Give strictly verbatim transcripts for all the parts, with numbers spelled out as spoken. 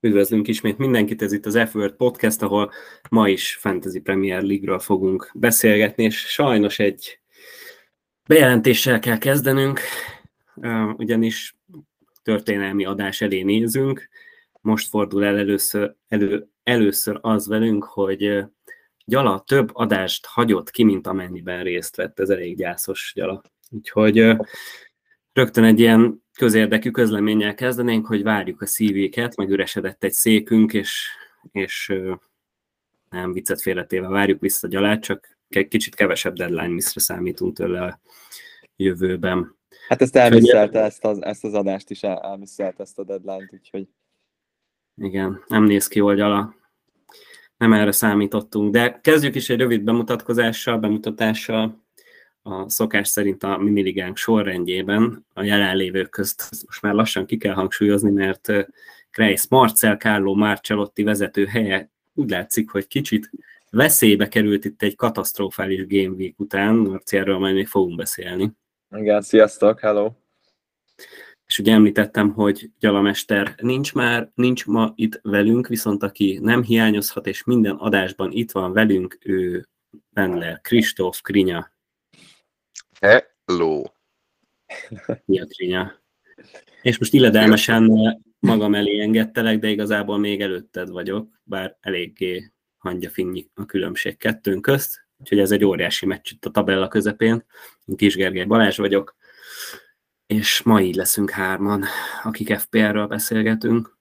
Üdvözlünk ismét mindenkit, ez itt az F-Word Podcast, ahol ma is Fantasy Premier League-ről fogunk beszélgetni, és sajnos egy bejelentéssel kell kezdenünk, ugyanis történelmi adás elé nézünk. Most fordul el először, elő, először az velünk, hogy Gyala több adást hagyott ki, mint amennyiben részt vett. Ez elég gyászos, Gyala. Úgyhogy rögtön egy ilyen közérdekű közleménnyel kezdenénk, hogy várjuk a szívéket, meg üresedett egy székünk, és, és nem viccet félretéve várjuk vissza Gyalát, csak egy kicsit kevesebb deadline misszre számítunk tőle a jövőben. Hát ezt elmisszelte, ezt az, ezt az adást is el, elmisszelte ezt a deadline-t, úgyhogy... Igen, nem néz ki jól, Gyala. Nem erre számítottunk, de kezdjük is egy rövid bemutatkozással, bemutatással. A szokás szerint a miniligánk sorrendjében a jelenlévők közt most már lassan ki kell hangsúlyozni, mert Kreis Marcel Carlo Marcelotti vezető helye úgy látszik, hogy kicsit veszélybe került itt egy katasztrofális Game Week után. Marci, erről majd még fogunk beszélni. Igen, sziasztok, hello! És ugye említettem, hogy Gyalamester nincs már, nincs ma itt velünk, viszont aki nem hiányozhat, és minden adásban itt van velünk, ő Wendler Kristóf Krinya. Hello! Mi a Krinya? És most illedelmesen magam elé engedtelek, de igazából még előtted vagyok, bár eléggé hangyafinnyi a különbség kettőnk közt, úgyhogy ez egy óriási meccs itt a tabella közepén. Én Kis Gergely Balázs vagyok, és ma így leszünk hárman, akik ef pé er-ről beszélgetünk.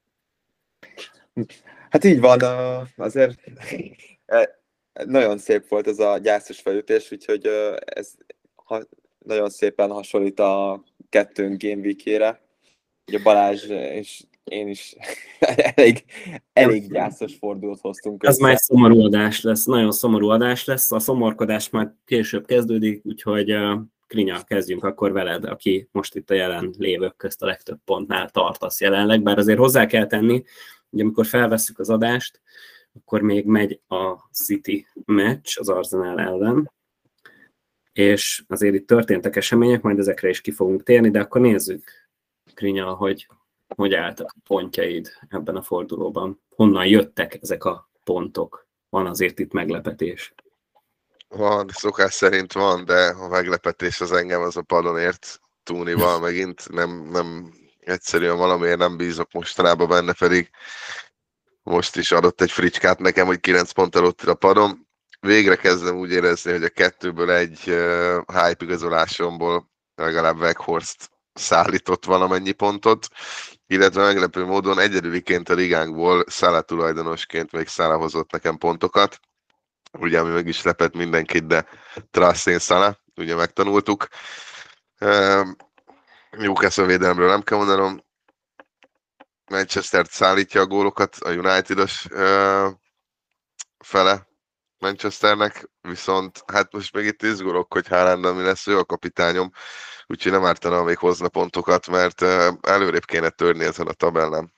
Hát így van, azért nagyon szép volt ez a gyászos felütés, úgyhogy ez nagyon szépen hasonlít a kettőnk Game Week-ére. Ugye Balázs és én is elég, elég gyászos fordulót hoztunk össze. Ez már egy szomorú adás lesz, nagyon szomorú adás lesz, a szomorkodás már később kezdődik, úgyhogy Krinya, kezdjünk akkor veled, aki most itt a jelen lévők közt a legtöbb pontnál tartasz jelenleg, bár azért hozzá kell tenni, hogy amikor felvesszük az adást, akkor még megy a City meccs az Arsenal ellen, és azért itt történtek események, majd ezekre is ki fogunk térni, de akkor nézzük, Krinya, hogy hogy álltak a pontjaid ebben a fordulóban. Honnan jöttek ezek a pontok? Van azért itt meglepetés. Van, szokás szerint van, de a meglepetés az engem az a padon ért Túnival megint. Nem, nem egyszerűen valamiért nem bízok mostanában benne, pedig most is adott egy fricskát nekem, hogy kilenc pont előtt a padon. Végre kezdem úgy érezni, hogy a kettőből egy uh, hype igazolásomból legalább Weghorst szállított valamennyi pontot, illetve meglepő módon egyedüliként a ligánkból Salah tulajdonosként még Salah hozott nekem pontokat, ugye ami meg is lepett mindenkit, de Trasszén Salah, ugye megtanultuk. Uh, Newcastle védelemről nem kell mondanom, Manchester szállítja a gólokat, a United-os uh, fele Manchesternek, viszont hát most még itt izgulok, hogy Haaland, mi lesz, ő a kapitányom, úgyhogy nem ártana még hozna pontokat, mert előrébb kéne törni ezen a tabellán.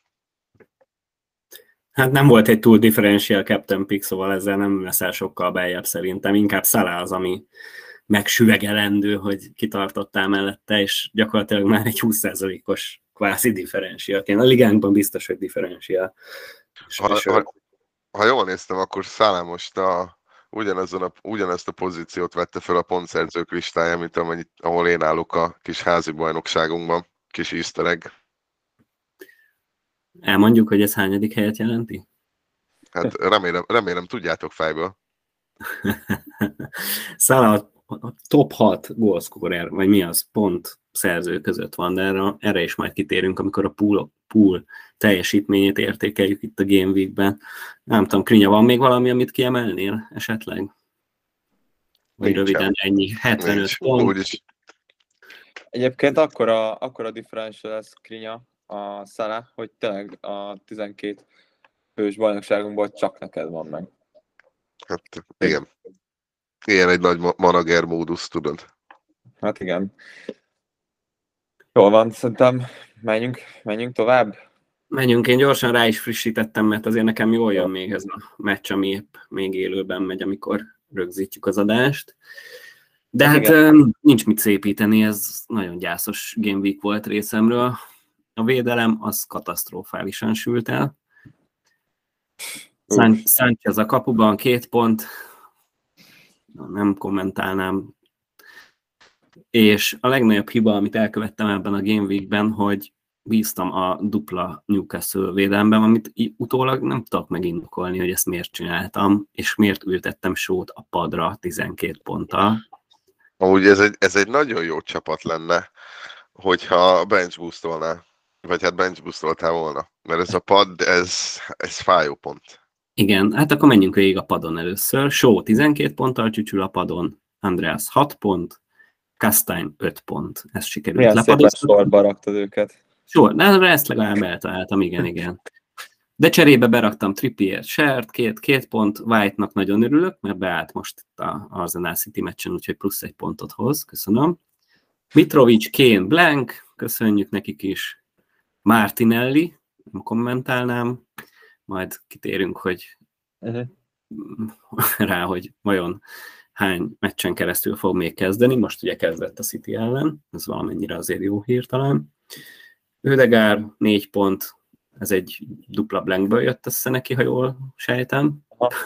Hát nem volt egy túl differential captain pick, szóval ezzel nem leszel sokkal beljebb szerintem, inkább Salah az, ami megsüvegelendő, hogy kitartottál mellette, és gyakorlatilag már egy húsz százalékos kvázi differentialként. A ligánkban biztos, hogy differential. Ha, ha, ha jól néztem, akkor Salah most a Ugyanazon a, ugyanezt a pozíciót vette fel a pontszerzők listája, mint amennyit, ahol én állok a kis házi bajnokságunkban. Kis easter egg. Elmondjuk, hogy ez hányadik helyet jelenti? Hát remélem, remélem tudjátok fejből. Salah a top hat gólszkórer, vagy mi az, pont szerző között van, de erre, erre is majd kitérünk, amikor a pool, pool teljesítményét értékeljük itt a Game Week-ben. Nem tudom, Krinya, van még valami, amit kiemelnél esetleg? Vagy Nincs röviden ennyi, hetvenöt Nincs. pont. Úgyis. Egyébként akkora, akkora differential lesz Krinya a Salah, hogy tényleg a tizenkét fős bajnokságunkból csak neked van meg. Hát igen. Ilyen egy nagy manager módusz, tudod. Hát igen. Jól van, szerintem menjünk, menjünk tovább. Menjünk, én gyorsan rá is frissítettem, mert azért nekem jól jön még ez a meccs, ami épp még élőben megy, amikor rögzítjük az adást. De hát, hát nincs mit szépíteni, ez nagyon gyászos Game Week volt részemről. a védelem az katasztrofálisan sült el. Uf. Sánchez a kapuban két pont, nem kommentálnám. És a legnagyobb hiba, amit elkövettem ebben a Game Weekben, hogy bíztam a dupla Newcastle védelemben, amit utólag nem tudok megindokolni, hogy ezt miért csináltam, és miért ültettem Shaw-t a padra tizenkét ponttal. Amúgy ez egy, ez egy nagyon jó csapat lenne, hogyha bench boostolná, vagy hát bench boostoltál volna, mert ez a pad, ez, ez fájó pont. Igen, hát akkor menjünk végig a padon először. Shaw tizenkét ponttal csücsül a padon, Andreas hat pont, Kastein öt pont. Ez sikerült Milyen szépen lepadozni. sorba raktad őket. Sor, de ezt legalább eltaláltam, igen, igen. De cserébe beraktam Trippier, Shert, két, két pont, White-nak nagyon örülök, mert beállt most a Arsenal City meccsen, úgyhogy plusz egy pontot hoz, köszönöm. Mitrovic, Kane, Blank, köszönjük nekik is. Martinelli, nem kommentálnám, majd kitérünk, hogy uh-huh. rá, hogy vajon hány meccsen keresztül fog még kezdeni, most ugye kezdett a City ellen, ez valamennyire azért jó hír talán. Ödegaard négy pont, ez egy dupla blankből jött össze neki, ha jól sejtem.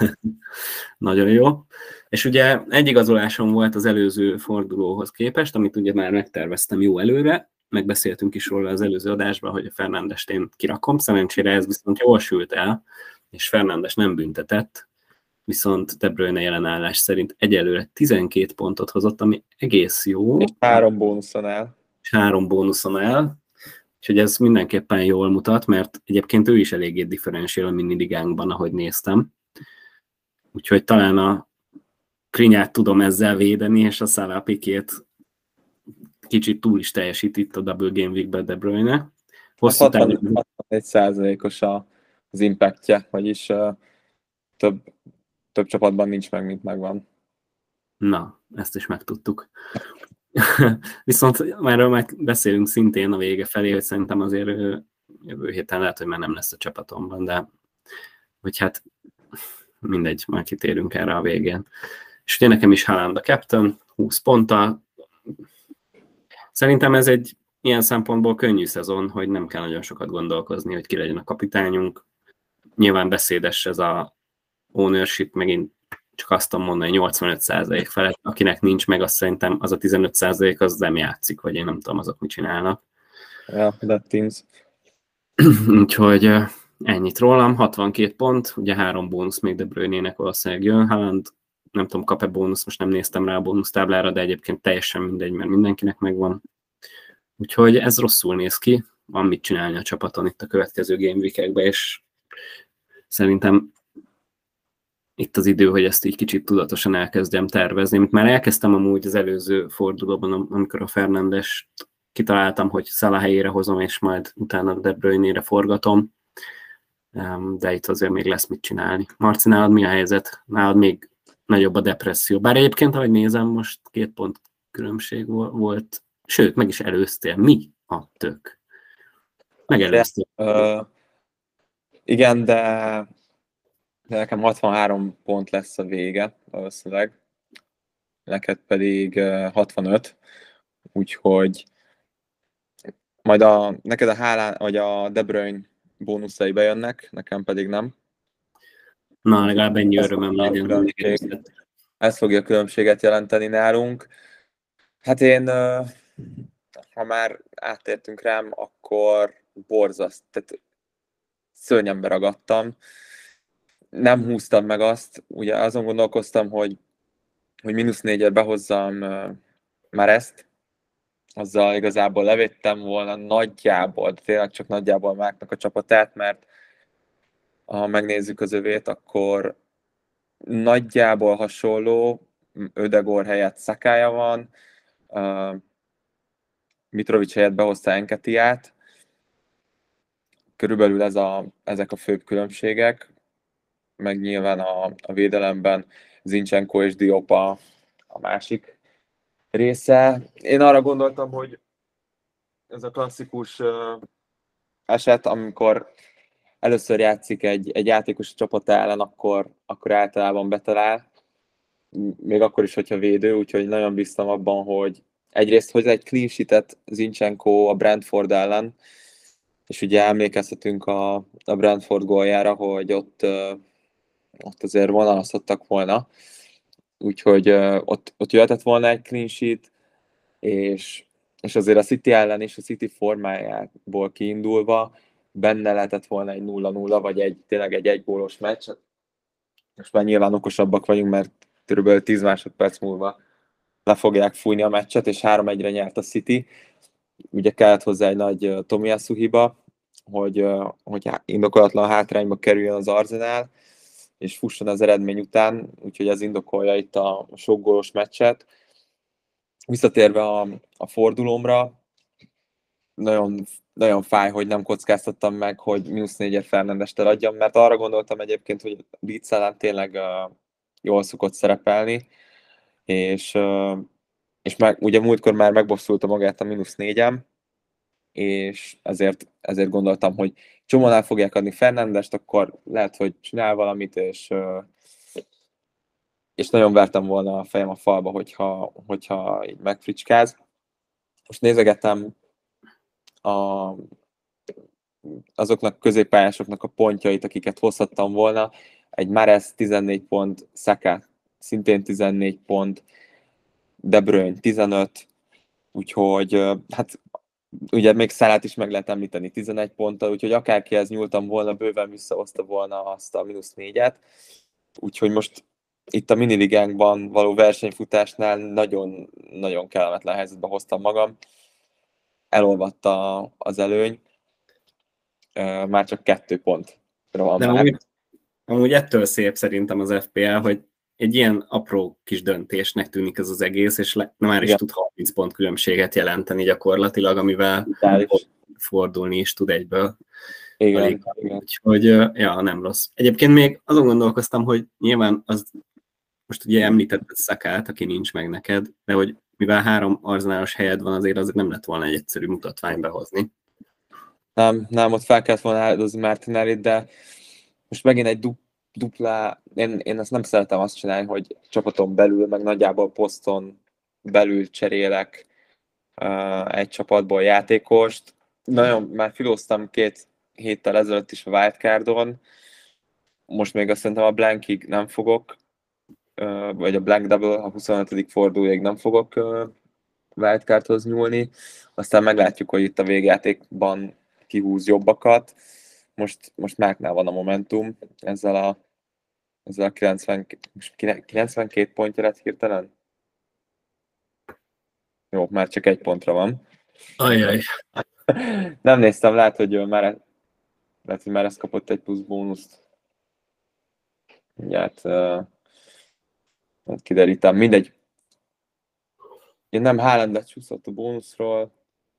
Nagyon jó. És ugye egy igazolásom volt az előző fordulóhoz képest, amit ugye már megterveztem jó előre, megbeszéltünk is róla az előző adásban, hogy a Fernandest én kirakom, szerencsére ez viszont jól sült el, és Fernandes nem büntetett, viszont De Bruyne jelenállás szerint egyelőre tizenkét pontot hozott, ami egész jó. És három bónuszon el. És három bónuszon el. Úgyhogy ez mindenképpen jól mutat, mert egyébként ő is eléggé differenciál a miniligánkban, ahogy néztem. Úgyhogy talán a Krinyát tudom ezzel védeni, és a Salah Pikét kicsit túl is teljesít itt a Double Game Weekben De Bruyne. hatvanegy százalékos az impactja, vagyis uh, több, több csapatban nincs meg, mint megvan. Na, ezt is megtudtuk. Viszont már már beszélünk szintén a vége felé, hogy szerintem azért jövő héten lehet, hogy már nem lesz a csapatomban, de hogy hát mindegy, már kitérünk erre a végén. És ugye nekem is Haaland a captain, húsz ponttal. Szerintem ez egy ilyen szempontból könnyű szezon, hogy nem kell nagyon sokat gondolkozni, hogy ki legyen a kapitányunk. Nyilván beszédes ez a ownership, megint csak azt tudom mondani, nyolcvanöt százalék felett, akinek nincs meg, azt szerintem az a tizenöt százalék az nem játszik, vagy én nem tudom, azok mit csinálnak. Ja, that teams. Úgyhogy ennyit rólam, hatvankét pont, ugye három bónusz még De Bruyne-nek valószínűleg jön, Haaland, nem tudom, kap-e bónusz, most nem néztem rá a bónusztáblára, de egyébként teljesen mindegy, mert mindenkinek megvan. Úgyhogy ez rosszul néz ki, van mit csinálni a csapaton itt a következő game weekekben, és szerintem itt az idő, hogy ezt így kicsit tudatosan elkezdjem tervezni. Mint már elkezdtem amúgy az előző fordulóban, amikor a Fernandest kitaláltam, hogy Salah helyére hozom, és majd utána De Bruyne-re forgatom, de itt azért még lesz mit csinálni. Marci, nálad mi a helyzet? Nálad még nagyobb a depresszió. Bár egyébként, ahogy nézem, most két pont különbség volt, sőt, meg is előztél. Mi a tök? Megelőztél. Uh, igen, de de nekem hatvanhárom pont lesz a vége, valószínűleg. Neked pedig hatvanöt, úgyhogy majd a, neked a Haaland, vagy a De Bruyne bónuszai bejönnek, nekem pedig nem. Na, legalább ennyi örömöm legyen. Ez fogja a különbséget jelenteni nálunk. Hát én, ha már áttértünk rám, akkor borzaszt, tehát szörnyen beragadtam. Nem húztam meg azt, ugye azon gondolkoztam, hogy, hogy mínusz négyet behozzam uh, már ezt, azzal igazából levédtem volna nagyjából, de tényleg csak nagyjából Máknak a csapatát, mert ha megnézzük az övét, akkor nagyjából hasonló, Ödegor helyett Szakája van, uh, Mitrovic helyett behozta Enketiát, körülbelül ez a, ezek a főbb különbségek, meg nyilván a, a védelemben Zinchenko és Diop a, a másik része. Én arra gondoltam, hogy ez a klasszikus uh, eset, amikor először játszik egy, egy játékos a csapata ellen, akkor, akkor általában betalál, még akkor is, hogyha védő, úgyhogy nagyon bíztam abban, hogy egyrészt hoz egy clean sheetet Zinchenko a Brentford ellen, és ugye emlékezhetünk a, a Brentford góljára, hogy ott, ott azért vonalazhattak volna, úgyhogy ott, ott jöhetett volna egy clean sheet, és, és azért a City ellen és a City formájából kiindulva benne lehetett volna egy nulla nulla, vagy egy, tényleg egy egygólos meccs. Most már nyilván okosabbak vagyunk, mert kb. tíz másodperc múlva le fogják fújni a meccset, és három egyre nyert a City. Ugye kellett hozzá egy nagy Tomiyasu hiba, hogy, hogy indokolatlan hátrányba kerüljön az Arsenal, és fusson az eredmény után, úgyhogy ez indokolja itt a sok gólos meccset. Visszatérve a, a fordulómra, nagyon, nagyon fáj, hogy nem kockáztattam meg, hogy mínusz négyért Fernandest eladjam, mert arra gondoltam egyébként, hogy a Leeds ellen tényleg uh, jól szokott szerepelni, és, uh, és meg, ugye múltkor már megbosszulta magát a mínusz négyem, és ezért, ezért gondoltam, hogy csomónál fogják adni Fernandest, akkor lehet, hogy csinál valamit, és, uh, és nagyon vertem volna a fejem a falba, hogyha, hogyha így megfricskáz. Most nézegettem a, azoknak középpályásoknak a pontjait, akiket hozhattam volna. Egy Mahrez tizennégy pont, Saka szintén tizennégy pont, De Bruyne tizenöt, úgyhogy hát ugye még Salát is meg lehet említeni tizenegy ponttal, úgyhogy akárkihez nyúltam volna, bőven visszahozta volna azt a mínusz négyet. Úgyhogy most itt a miniligánkban való versenyfutásnál nagyon, nagyon kellemetlen helyzetbe hoztam magam. Elolvatta az előny, már csak kettő pontra van. De amúgy, amúgy ettől szép szerintem az ef pé el, hogy egy ilyen apró kis döntésnek tűnik ez az egész, és le, már is igen. tud harminc pont különbséget jelenteni gyakorlatilag, amivel fordulni is tud egyből. Igen, alig. Igen. Úgyhogy, ja, nem rossz. Egyébként még azon gondolkoztam, hogy nyilván az, most ugye említetted Sakát, aki nincs meg neked, de hogy mivel három arzenálos helyed van, azért azért nem lett volna egy egyszerű mutatvány behozni. Nem, nem, ott fel kellett volna áldozni Martinellit, de most megint egy du- duplá, én, én ezt nem szeretem azt csinálni, hogy csapaton belül, meg nagyjából poszton belül cserélek uh, egy csapatból játékost. Nagyon, már filóztam két héttel ezelőtt is a wildcardon, most még azt szerintem a blankig nem fogok, uh, vagy a blank double, a huszonötödik fordulóig nem fogok uh, wildcardhoz nyúlni, aztán meglátjuk, hogy itt a végjátékban kihúz jobbakat. Most, most Márknál van a momentum, ezzel a, ezzel a kilencven, kilencvenkét pontja lett hirtelen. Jó, már csak egy pontra van. Ajaj. Nem néztem, lehet, hogy már, lehet, hogy már ezt kapott egy plusz bónuszt. Mindjárt uh, kiderítem. Mindegy. Én nem Haalandet csúszott a bónuszról.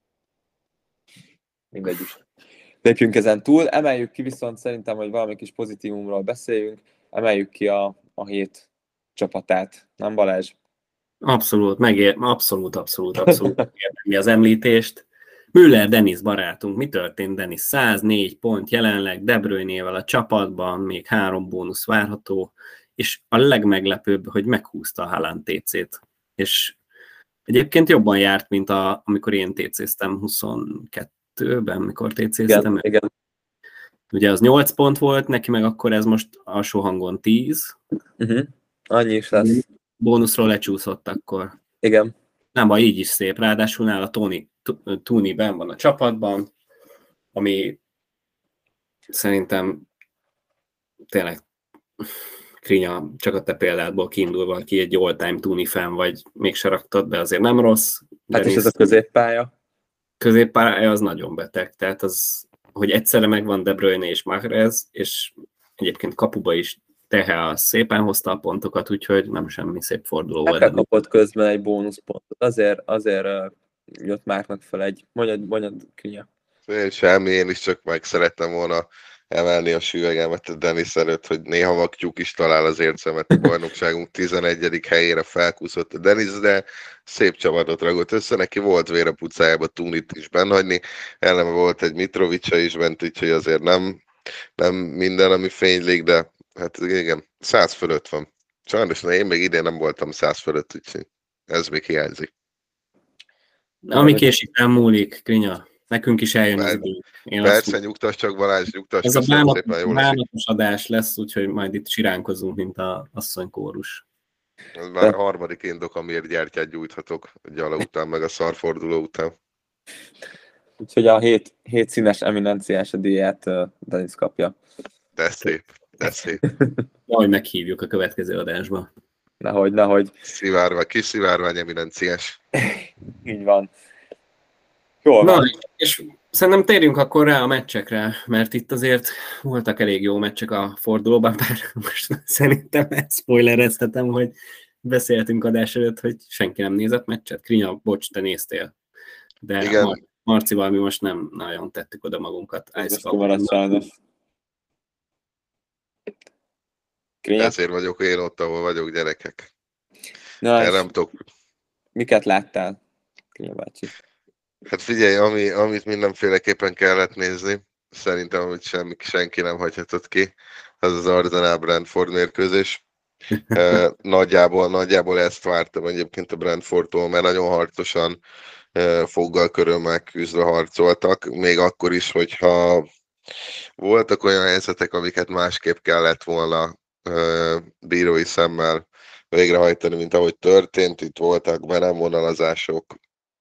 Mindegy is. Lépjünk ezen túl. Emeljük ki viszont szerintem, hogy valami kis pozitívumról beszéljünk. Emeljük ki a, a hét csapatát. Nem, Balázs? Abszolút, megér, abszolút, abszolút, abszolút megérdemli az említést. Müller Dennis barátunk, mi történt Dennis? száznégy pont jelenleg, De Bruynével a csapatban, még három bónusz várható, és a legmeglepőbb, hogy meghúzta a Haaland té cét. És egyébként jobban járt, mint a, amikor én té céztem huszonkettőben, mikor té céztem. Igen, igen. Ugye az nyolc pont volt, neki meg akkor ez most alsó hangon tíz. Uh-huh. Annyi is lesz. Bónuszról lecsúszott akkor. Igen. Nem baj, így is szép. Ráadásul nála Tony, Tony benn van a csapatban, ami szerintem tényleg Krinya, csak a te példádból kiindulva, ki egy all-time Tony fan vagy, mégse raktad be, azért nem rossz. Hát és ez a középpálya? Középpálya az nagyon beteg, tehát az, hogy egyszerre megvan De Bruyne és Mahrez, és egyébként kapuba is Tehe szépen hozta a pontokat, úgyhogy nem semmi szép forduló volt. Hát kapott közben egy bónuszpontot, azért, azért uh, jött Márknak fel egy, mondjad, mondjad Krinya. Én semmi, én is csak meg szerettem volna emelni a süvegemet a Dennis előtt, hogy néha vaktyúk is talál az ércemet, a bajnokságunk tizenegyedik helyére felkúszott a Dennis, de szép csapatot ragott össze, neki volt vér a pucájába Tunit is bennhagyni, ellenben volt egy Mitrovicsa is bent, úgyhogy azért nem, nem minden, ami fénylik, de hát igen, száz fölött van. Sajnos én még idén nem voltam száz fölött, úgyhogy ez még hiányzik. Ami késik, nem múlik, Krinya. nekünk is eljön az Per- idő. Én Persze, azt, nyugtass csak Balázs, nyugtass, ez a köszönöm bánat, szépen, jól esik. bánatos adás lesz, úgyhogy majd itt siránkozunk, mint a asszonykórus. Ez már a harmadik indok, amiért gyertyát gyújthatok a gyala után, meg a szarforduló után. Úgyhogy a hét, hét színes eminenciás díját uh, Denis kapja. De szép, de szép. Majd meghívjuk a következő adásba. Nehogy, nehogy. Szivárvány, kis szivárvány eminenciás. Így van. Jól van. Na, és szerintem térjünk akkor rá a meccsekre, mert itt azért voltak elég jó meccsek a fordulóban, bár most szerintem spoilereztetem, hogy beszéltünk adás előtt, hogy senki nem nézett meccset. Krinya, bocs, te néztél. De Igen. Mar- Marcival mi most nem nagyon tettük oda magunkat. Ez most sajnos. Krinya? Ezért vagyok én ott, ahol vagyok, gyerekek. Na, Erre és nem tudok. miket láttál, Krinya bácsi? Hát figyelj, ami, amit mindenféleképpen kellett nézni, szerintem, hogy semmi, senki nem hagyhatott ki, az az Arsenal Brentford mérkőzés. E, nagyjából, nagyjából ezt vártam egyébként a Brentfordtól, mert nagyon harcosan e, foggal körömmel küzdve harcoltak, még akkor is, hogyha voltak olyan helyzetek, amiket másképp kellett volna e, bírói szemmel végrehajtani, mint ahogy történt. Itt voltak be nem vonalazások,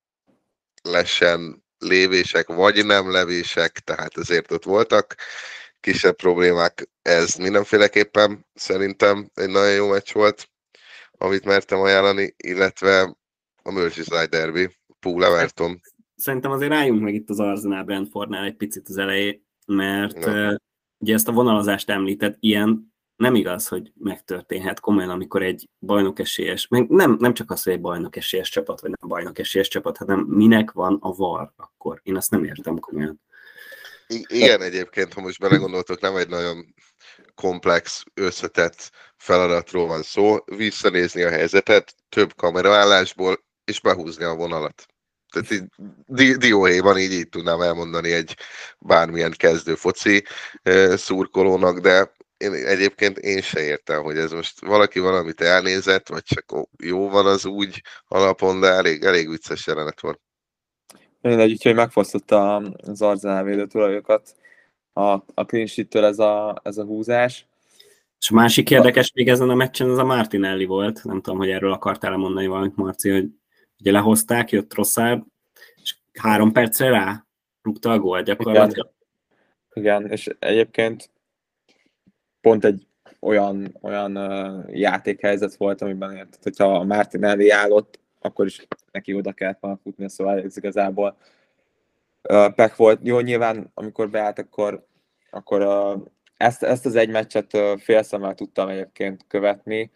lesen lévések, vagy nem levések, tehát azért ott voltak kisebb problémák. Ez mindenféleképpen szerintem egy nagyon jó meccs volt, amit mertem ajánlani, illetve a Merseyside derby, Pool Everton. Szerintem azért álljunk meg itt az Arsenal Brentfordnál egy picit az elején, mert Ja. uh, ugye ezt a vonalazást említett, ilyen nem igaz, hogy megtörténhet komolyan, amikor egy bajnokesélyes, meg nem, nem csak az, hogy egy bajnokesélyes csapat, vagy nem bajnokesélyes csapat, hanem minek van a var akkor. Én ezt nem értem komolyan. I- igen, egyébként, ha most belegondoltok, nem egy nagyon komplex, összetett feladatról van szó, visszanézni a helyzetet, több kameraállásból, és behúzni a vonalat. Tehát így di- dióhéjban így, így tudnám elmondani egy bármilyen kezdő foci eh, szurkolónak, de én, egyébként én se értem, hogy ez most valaki valamit elnézett, vagy csak jó van az úgy alapon, de elég, elég vicces jelenet volt. Mindegy, úgyhogy megfosztotta az Arsenal védőtulajokat a, a clean sheet-től ez a, ez a húzás. És a másik érdekes még ezen a meccsen az a Martinelli volt, nem tudom, hogy erről akartál mondani valamit, Marci, hogy ugye lehozták, jött Trossard, és három percre rá rúgta a gólt gyakorlatilag. Igen, Igen, és egyébként pont egy olyan, olyan uh, játékhelyzet volt, amiben érted, hogyha a Martinelli állott, akkor is neki oda kellett volna futni, szóval ez igazából uh, pek volt. Jó, nyilván, amikor beállt, akkor, akkor uh, ezt, ezt az egy meccset uh, félszemmel tudtam egyébként követni.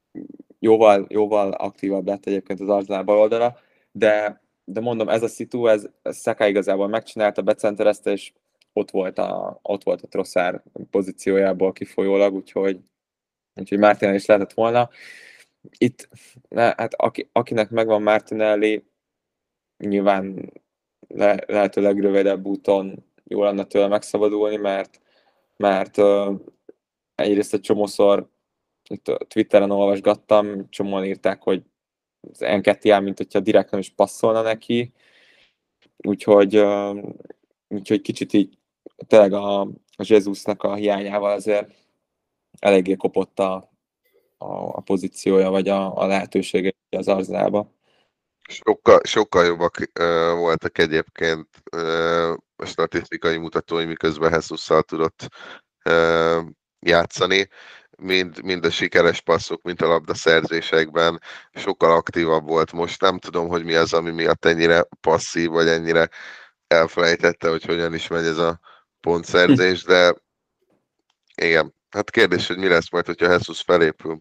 Jóval, jóval aktívabb lett egyébként az Arsenal baloldala, de, de mondom, ez a szitu, ez, ez Saka igazából megcsinálta, becenterezte, és ott volt a, ott volt a Trossard pozíciójából kifolyólag, úgyhogy, úgyhogy Martinelli is lehetett volna. Itt, ne, hát aki, akinek megvan Martinelli, nyilván le, lehető legrövidebb úton jó lenne tőle megszabadulni, mert, mert uh, egyrészt egy csomószor itt Twitteren olvasgattam, csomóan írták, hogy az Enketia, mint hogyha direkt nem is passzolna neki, úgyhogy, uh, úgyhogy kicsit így tényleg a, a Jesusnak a hiányával azért eléggé kopott a, a, a pozíciója, vagy a, a lehetősége az Arsenalba. Sokkal, sokkal jobbak uh, voltak egyébként uh, a statisztikai mutatói, miközben Jesusszal tudott uh, játszani, mind, mind a sikeres passzok, mint a labdaszerzésekben, sokkal aktívabb volt. Most nem tudom, hogy mi az, ami miatt ennyire passzív, vagy ennyire elfelejtette, hogy hogyan is megy ez a pontszerzés, de igen, hát kérdés, hogy mi lesz majd, hogyha Jesus felépül.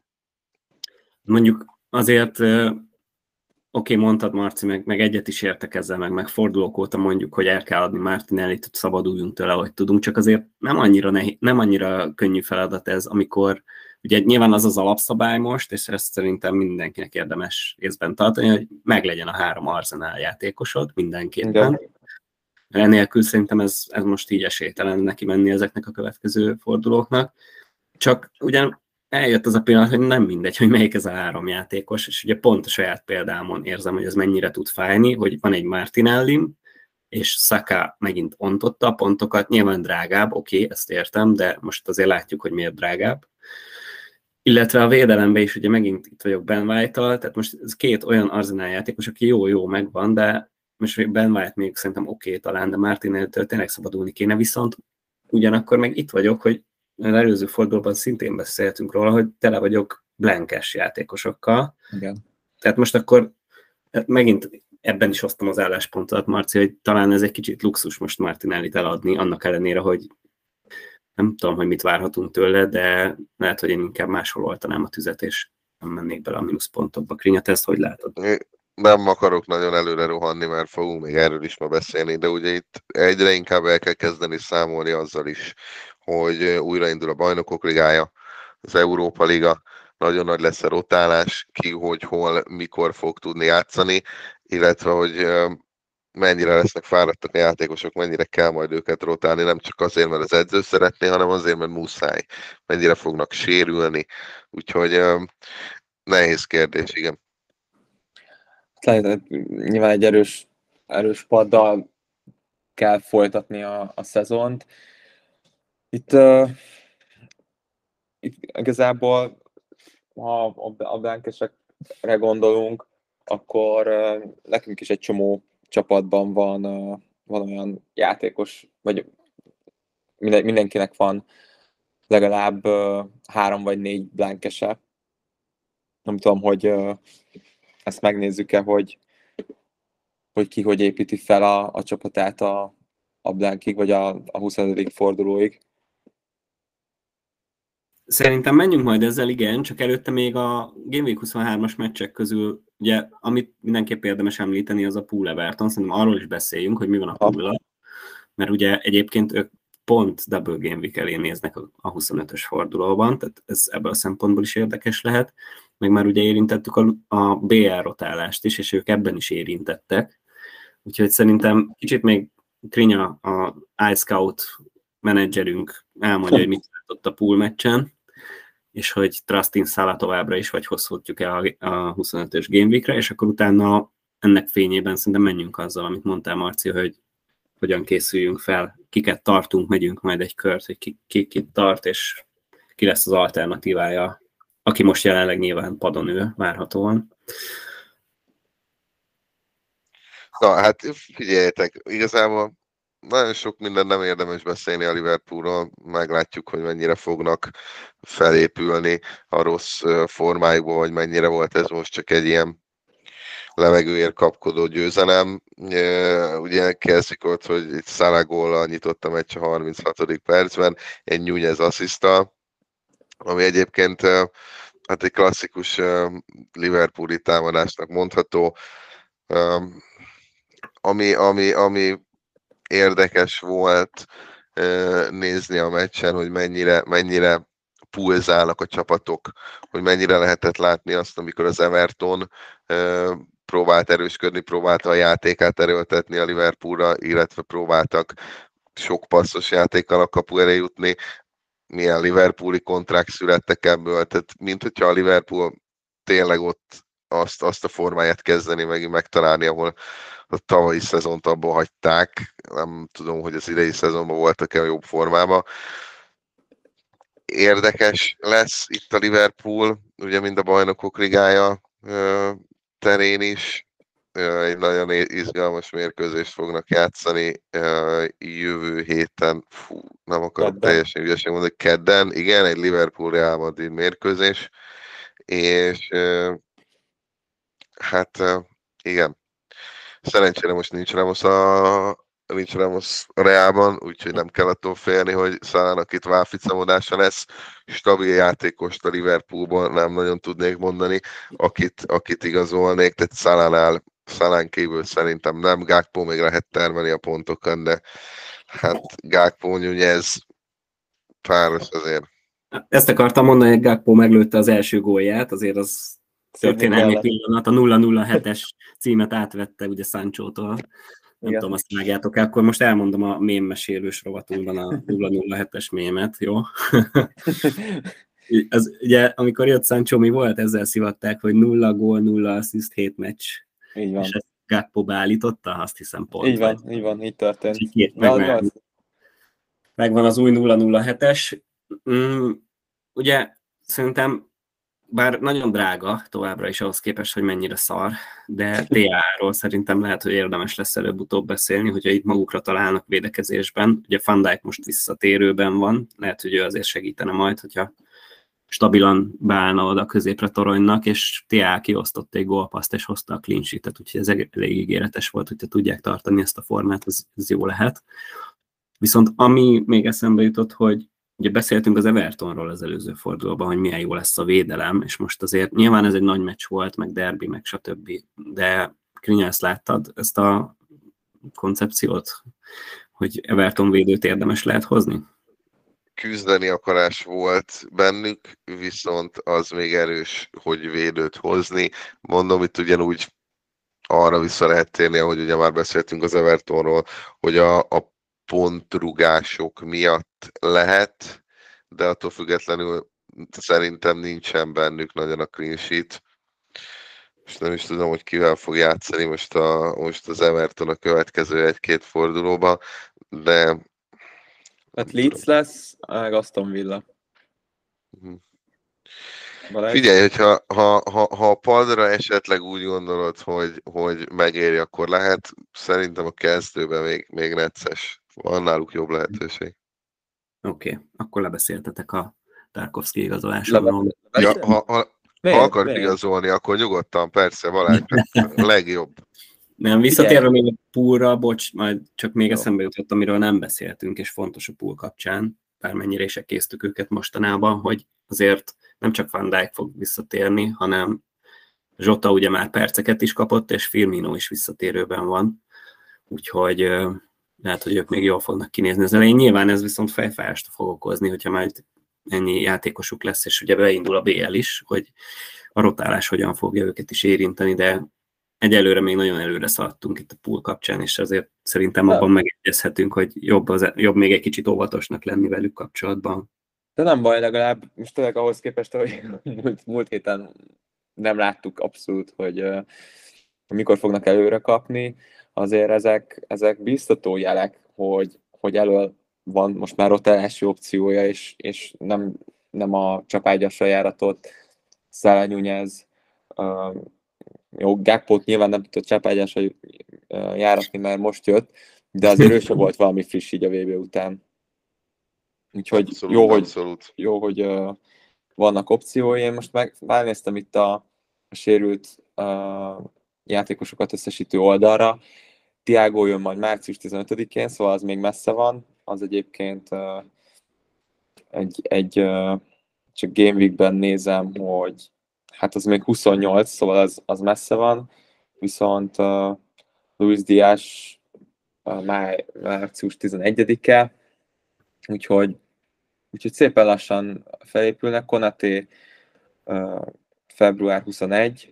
Mondjuk azért, oké, okay, mondtad Marci, meg, meg egyet is értek ezzel, meg, meg fordulók óta mondjuk, hogy el kell adni Martinellit, hogy szabaduljunk tőle, hogy tudunk, csak azért nem annyira, nehéz, nem annyira könnyű feladat ez, amikor ugye nyilván az az alapszabály most, és ezt szerintem mindenkinek érdemes észben tartani, hogy meglegyen a három Arsenal játékosod mindenképpen. Igen. Enélkül szerintem ez, ez most így esélytelen neki menni ezeknek a következő fordulóknak. Csak ugyan eljött az a pillanat, hogy nem mindegy, hogy melyik ez a három játékos, és ugye pont a saját példámon érzem, hogy ez mennyire tud fájni, hogy van egy Martinelli, és Saka megint ontotta a pontokat, nyilván drágább, oké, okay, ezt értem, de most azért látjuk, hogy miért drágább. Illetve a védelemben is ugye megint itt vagyok Ben White-tal, tehát most ez két olyan Arsenal játékos, aki jó-jó megvan, de most Ben White még szerintem oké okay, talán, de Martinelli-től tényleg szabadulni kéne, viszont ugyanakkor meg itt vagyok, hogy az előző fordulóban szintén beszéltünk róla, hogy tele vagyok blankes játékosokkal. Igen. Tehát most akkor megint ebben is hoztam az álláspontot, Marci, hogy talán ez egy kicsit luxus most Martinellit eladni, annak ellenére, hogy nem tudom, hogy mit várhatunk tőle, de lehet, hogy én inkább máshol oltanám a tüzet, és nem mennék bele a mínuszpontokba. Krinya, te ezt hogy látod? Nem akarok nagyon előre rohanni, mert fogunk még erről is ma beszélni, de ugye itt egyre inkább el kell kezdeni számolni azzal is, hogy újraindul a Bajnokok Ligája, az Európa Liga, nagyon nagy lesz a rotálás, ki, hogy, hol, mikor fog tudni játszani, illetve, hogy mennyire lesznek fáradtak a játékosok, mennyire kell majd őket rotálni, nem csak azért, mert az edző szeretné, hanem azért, mert muszáj. Mennyire fognak sérülni, úgyhogy nehéz kérdés, igen. Lehet, nyilván egy erős, erős paddal kell folytatni a, a szezont. Itt, uh, itt igazából, ha a blankesekre gondolunk, akkor uh, nekünk is egy csomó csapatban van, uh, van olyan játékos, vagy minden, mindenkinek van legalább uh, három vagy négy blankese. Nem tudom, hogy uh, ezt megnézzük-e, hogy, hogy ki hogy építi fel a, a csapatát a, a blankig, vagy a, a huszonötödik fordulóig. Szerintem menjünk majd ezzel, igen, csak előtte még a Game Week huszonhármas meccsek közül, ugye, amit mindenképp érdemes említeni, az a Pool Everton, szerintem arról is beszéljünk, hogy mi van a Pool-al, mert ugye egyébként ők pont Double Game Week elé néznek a huszonötös fordulóban, tehát ez ebből a szempontból is érdekes lehet, meg már ugye érintettük a, a bé el rotálást is, és ők ebben is érintettek, úgyhogy szerintem kicsit még Krinya, a iScout menedzserünk elmondja, hogy mit látott a Pool meccsen, és hogy Trustin Salah továbbra is, vagy hozhatjuk el a huszonötös Game Weekre, és akkor utána ennek fényében szerintem menjünk azzal, amit mondtál, Marci, hogy hogyan készüljünk fel, kiket tartunk, megyünk majd egy kört, hogy ki, ki, ki tart, és ki lesz az alternatívája, aki most jelenleg nyilván padon ül, várhatóan. Na, hát figyeljetek, igazából nagyon sok minden nem érdemes beszélni a Liverpoolról, meglátjuk, hogy mennyire fognak felépülni a rossz formájukból, vagy mennyire volt ez most csak egy ilyen levegőért kapkodó győzelem. Ugye kezdjük ott, hogy egy Salah góllal nyitott a meccs a harminchatodik percben, egy Núñez assziszttal, ami egyébként hát egy klasszikus Liverpooli támadásnak mondható, ami, ami, ami érdekes volt nézni a meccsen, hogy mennyire, mennyire pulzálnak a csapatok, hogy mennyire lehetett látni azt, amikor az Everton próbált erősködni, próbálta a játékát erőltetni a Liverpoolra, illetve próbáltak sok passzos játékkal a kapu elé jutni, milyen Liverpooli kontrakt születtek ebből, tehát mint hogyha a Liverpool tényleg ott azt, azt a formáját kezdeni, meg megtalálni, ahol a tavalyi szezont abból hagyták. Nem tudom, hogy az idei szezonban voltak-e jobb formában. Érdekes lesz itt a Liverpool, ugye mind a Bajnokok Ligája terén is. Egy nagyon izgalmas mérkőzést fognak játszani jövő héten. Fú, nem akarok kedden. Teljesen ügyesen mondani, kedden. Igen, egy Liverpool-Real Madrid mérkőzés. És hát igen, szerencsére most nincs Ramos a, nincs Ramos a Reálban, úgyhogy nem kell attól félni, hogy Salahnak itt válficamodása lesz. Stabil játékost a Liverpoolban nem nagyon tudnék mondani, akit, akit igazolnék, tehát Salahnál, Salahn kívül szerintem nem. Gakpo még lehet termelni a pontokon, de hát Gakpo, Núñez páros azért. Ezt akartam mondani, hogy Gakpo meglőtte az első gólját, azért az történelmi pillanat, a nulla nulla hetes címet átvette ugye Sanchótól. Nem igen. Tudom, azt vágjátok, akkor most elmondom a mémmesélős rovatunkban a nulla nulla hetes mémet, jó? Az, ugye, amikor jött Sancho, mi volt, ezzel szivatták, hogy nulla gól, nulla assziszt, hét meccs. Így van. És ezt Gakpo beállította, azt hiszem pont. Így van, így van, így történt. Két meg, megvan az új nulla nulla hetes. Mm, ugye szerintem, bár nagyon drága továbbra is ahhoz képest, hogy mennyire szar, de té á-ról szerintem lehet, hogy érdemes lesz előbb-utóbb beszélni, hogyha itt magukra találnak védekezésben. Ugye Van Dijk most visszatérőben van, lehet, hogy ő azért segítene majd, hogyha stabilan beállna oda középre Toronynak, és té á kiosztott egy gólpaszt, és hozta a clean sheet-et, úgyhogy ez elég ígéretes volt, hogyha tudják tartani ezt a formát, ez, ez jó lehet. Viszont ami még eszembe jutott, hogy ugye beszéltünk az Evertonról az előző fordulóban, hogy milyen jó lesz a védelem, és most azért nyilván ez egy nagy meccs volt, meg derbi, meg stb. De Krinya, ezt láttad, ezt a koncepciót, hogy Everton védőt érdemes lehet hozni? Küzdeni akarás volt bennük, viszont az még erős, hogy védőt hozni. Mondom, itt ugyanúgy arra vissza lehet térni, ahogy ugye már beszéltünk az Evertonról, hogy a, a pontrugások miatt lehet, de attól függetlenül szerintem nincsen bennük nagyon a clean sheet. És nem is tudom, hogy kivel fog játszani most, a, most az Everton a következő egy-két fordulóba, de... Hát Leeds lesz, meg Aston Villa. Uh-huh. Balázs? Figyelj, hogyha ha, ha, ha a padra esetleg úgy gondolod, hogy, hogy megéri, akkor lehet. Szerintem a kezdőben még, még necces. Van náluk jobb lehetőség. Oké, okay, akkor lebeszéltetek a Tarkovsky igazolásról. Ja, ha, ha, ha akar igazolni, akkor nyugodtan, persze, Balázs, a legjobb. Nem, visszatérve még a poolra, bocs, majd csak még eszembe jutott, amiről nem beszéltünk, és fontos a pool kapcsán, bármennyire is elkésztük őket mostanában, hogy azért nem csak Van Dijk fog visszatérni, hanem Zsota ugye már perceket is kapott, és Firmino is visszatérőben van, úgyhogy lehet, hogy ők még jól fognak kinézni az elején. Nyilván ez viszont fejfájást fog okozni, hogyha majd ennyi játékosuk lesz, és ugye beindul a bé el is, hogy a rotálás hogyan fogja őket is érinteni, de egyelőre még nagyon előre szaladtunk itt a pool kapcsán, és azért szerintem abban megegyezhetünk, hogy jobb, az, jobb még egy kicsit óvatosnak lenni velük kapcsolatban. De nem baj, legalább most tényleg ahhoz képest, hogy múlt, múlt héten nem láttuk abszolút, hogy uh, mikor fognak előre kapni, azért ezek, ezek biztató jelek, hogy, hogy elől van most már rotálási opciója, és, és nem, nem a csapágyasra járatott Salah Nunez, uh, jó, Gakpót nyilván nem tudott csapágyasra uh, járatni, mert most jött, de azért ő sem volt valami friss így a vé bé után. Úgyhogy abszolút, jó, abszolút. hogy, jó, hogy uh, vannak opciói. Én most meg elnéztem itt a, a sérült uh, játékosokat összesítő oldalra. Thiago jön majd március tizenötödikén, szóval az még messze van. Az egyébként uh, egy, egy uh, csak Game Weekben nézem, hogy hát az még huszonnyolc, szóval az, az messze van. Viszont uh, Luis Diaz uh, máj, március tizenegyedike, úgyhogy Úgyhogy szépen lassan felépülnek. Konaté uh, február huszonegy,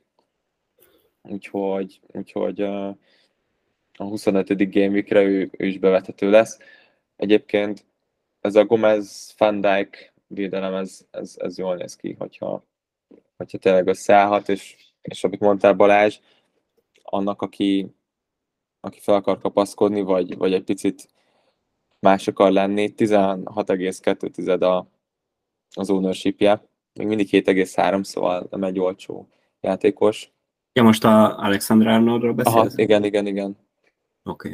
úgyhogy, úgyhogy uh, a huszonötödik Game Weekre ő, ő is bevethető lesz. Egyébként ez a Gomez Van Dijk védelem, ez, ez, ez jól néz ki, hogyha, hogyha tényleg összeállhat, és, és amit mondtál Balázs, annak, aki, aki fel akar kapaszkodni, vagy, vagy egy picit más akar lenni, tizenhat egész kettő a, az ownership-je, még mindig hét egész három, szóval nem egy olcsó játékos. Ja, most a Alexander Arnoldról beszélsz? Aha, igen, igen, igen. Oké. Okay.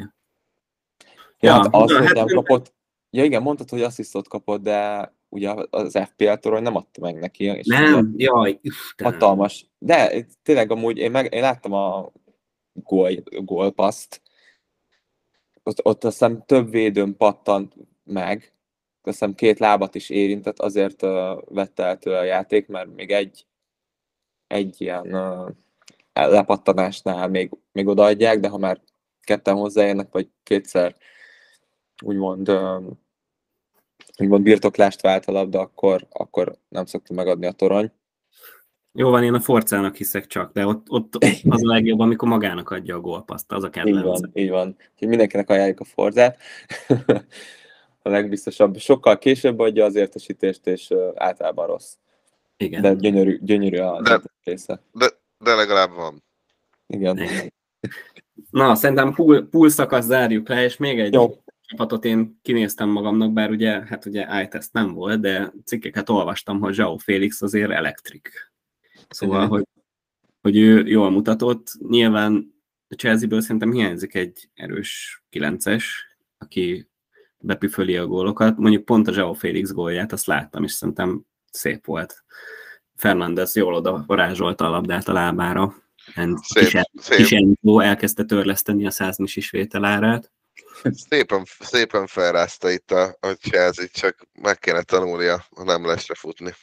Ja, ja, az, hogy nem kapott, ja igen, mondtad, hogy asszisztot kapott, de ugye az ef pé el torony nem adta meg neki. És nem, jaj, hatalmas. De tényleg amúgy én, meg, én láttam a gól, gólpaszt, Ott, ott azt hiszem több védőn pattant meg, azt hiszem két lábat is érintett, azért uh, vette el tőle a játék, mert még egy, egy ilyen uh, lepattanásnál még, még odaadják, de ha már ketten hozzáérnek, vagy kétszer úgymond, uh, úgymond birtoklást vált a labda, akkor, akkor nem szokta megadni a torony. Jó van, én a Forcának hiszek csak, de ott, ott az a legjobb, amikor magának adja a gólpaszt, az a kedvenc. Így van, így van. Úgyhogy mindenkinek ajánljuk a Forzát. A legbiztosabb. Sokkal később adja az értesítést, és uh, általában rossz. Igen. De gyönyörű, gyönyörű a de, része. De, de legalább van. Igen. Na, szerintem pool, pool szakasz zárjuk le, és még egy Jó. csapatot én kinéztem magamnak, bár ugye, hát ugye iTest nem volt, de cikkeket olvastam, hogy João Félix azért elektrik. Szóval, hogy, hogy ő jól mutatott. Nyilván a Chelsea-ből szerintem hiányzik egy erős kilences, aki bepüföli a gólokat. Mondjuk pont a João Félix gólját, azt láttam, és szerintem szép volt. Fernández jól oda varázsolta a labdát a lábára. Kis, kis Enzo elkezdte törleszteni a százmisis vételárát. Szépen, szépen felrázta itt a, a Chelsea, csak meg kéne tanulnia a nem lesre futni.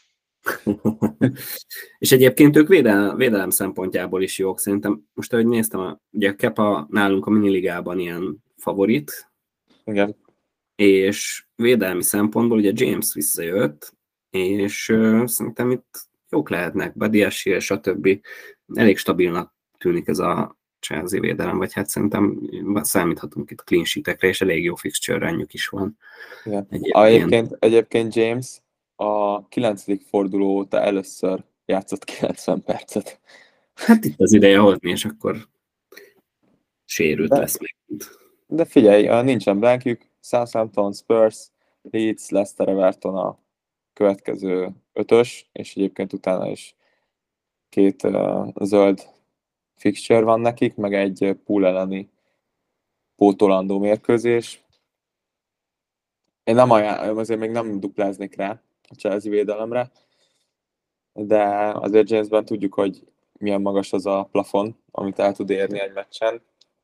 És egyébként ők védelem, védelem szempontjából is jók. Szerintem most, ahogy néztem, ugye a Kepa nálunk a miniligában ilyen favorit. Igen. És védelmi szempontból ugye James visszajött, és uh, szerintem itt jók lehetnek, Badiashile és a többi. Elég stabilnak tűnik ez a Chelsea védelem, vagy hát szerintem számíthatunk itt clean sheetekre, és elég jó fixture rendjük is van. Igen. Egyébként, egyébként James a kilencedik forduló óta először játszott kilencven percet. Hát itt az ideje hozni, és akkor sérült de, lesz megint. De figyelj, nincsen blankjük, Southampton, Spurs, Leeds, Leicester, Everton a következő ötös, és egyébként utána is két uh, zöld fixture van nekik, meg egy pool elleni pótolandó mérkőzés. Én nem ajánlom, azért még nem dupláznék rá a Chelsea védelemre, de azért Jamesben tudjuk, hogy milyen magas az a plafon, amit el tud érni egy meccsen.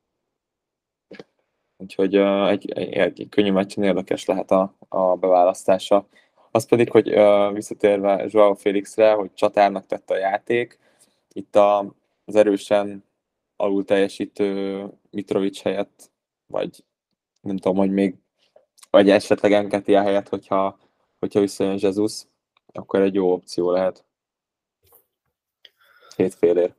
Úgyhogy uh, egy, egy, egy könnyű meccsen érdekes lehet a, a beválasztása. Az pedig, hogy uh, visszatérve João Félixre, hogy csatárnak tette a játék, itt a, az erősen alul teljesítő Mitrovic helyett, vagy nem tudom, hogy még, vagy esetleg Enketia helyett, hogyha, hogyha visszajön Jesus, akkor egy jó opció lehet. Két félért.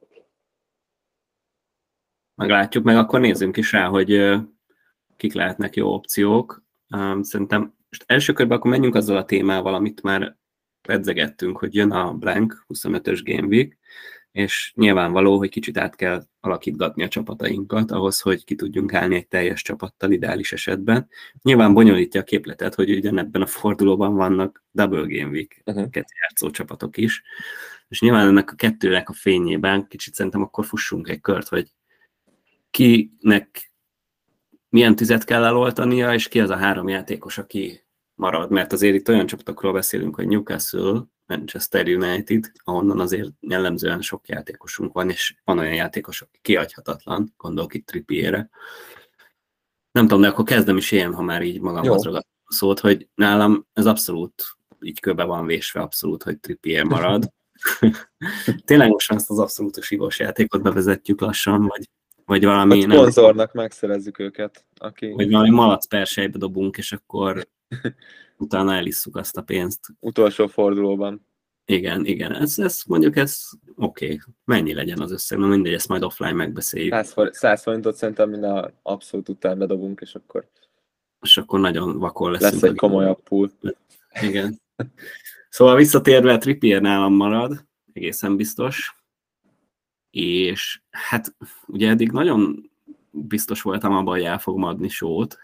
Meglátjuk, meg akkor nézzünk is rá, hogy uh, kik lehetnek jó opciók. Um, szerintem most első körben akkor menjünk azzal a témával, amit már edzegettünk, hogy jön a Blank huszonötös Game Week, és nyilvánvaló, hogy kicsit át kell alakítgatni a csapatainkat ahhoz, hogy ki tudjunk állni egy teljes csapattal ideális esetben. Nyilván bonyolítja a képletet, hogy ugyanebben a fordulóban vannak Double Game Week uh-huh. játszó csapatok is, és nyilván ennek a kettőnek a fényében kicsit szerintem akkor fussunk egy kört, hogy kinek milyen tüzet kell eloltania, és ki az a három játékos, aki marad, mert azért itt olyan csapatokról beszélünk, hogy Newcastle, Manchester United, ahonnan azért jellemzően sok játékosunk van, és van olyan játékos, aki kihagyhatatlan, gondolok itt Trippierre. Nem tudom, de akkor kezdem is én, ha már így magamhoz ragadtam a szót, hogy nálam ez abszolút így köbe van vésve, abszolút, hogy Trippier marad. Tényleg most ezt az abszolútos hívós játékot bevezetjük lassan, vagy, vagy valami... A szponzornak megszerezzük őket. Aki... Vagy valami malac persejbe dobunk, és akkor utána elisszuk azt a pénzt. Utolsó fordulóban. Igen, igen. Ez, ez mondjuk ez oké. Okay. Mennyi legyen az összeg? Na mindegy, ezt majd offline megbeszéljük. száz forintot szerintem minden abszolút után bedobunk, és akkor... És akkor nagyon vakon leszünk. Lesz egy komolyabb pool. Igen. Szóval visszatérve, a Trippier nálam marad, egészen biztos. És hát ugye eddig nagyon biztos voltam abban, hogy el fogom adni sót.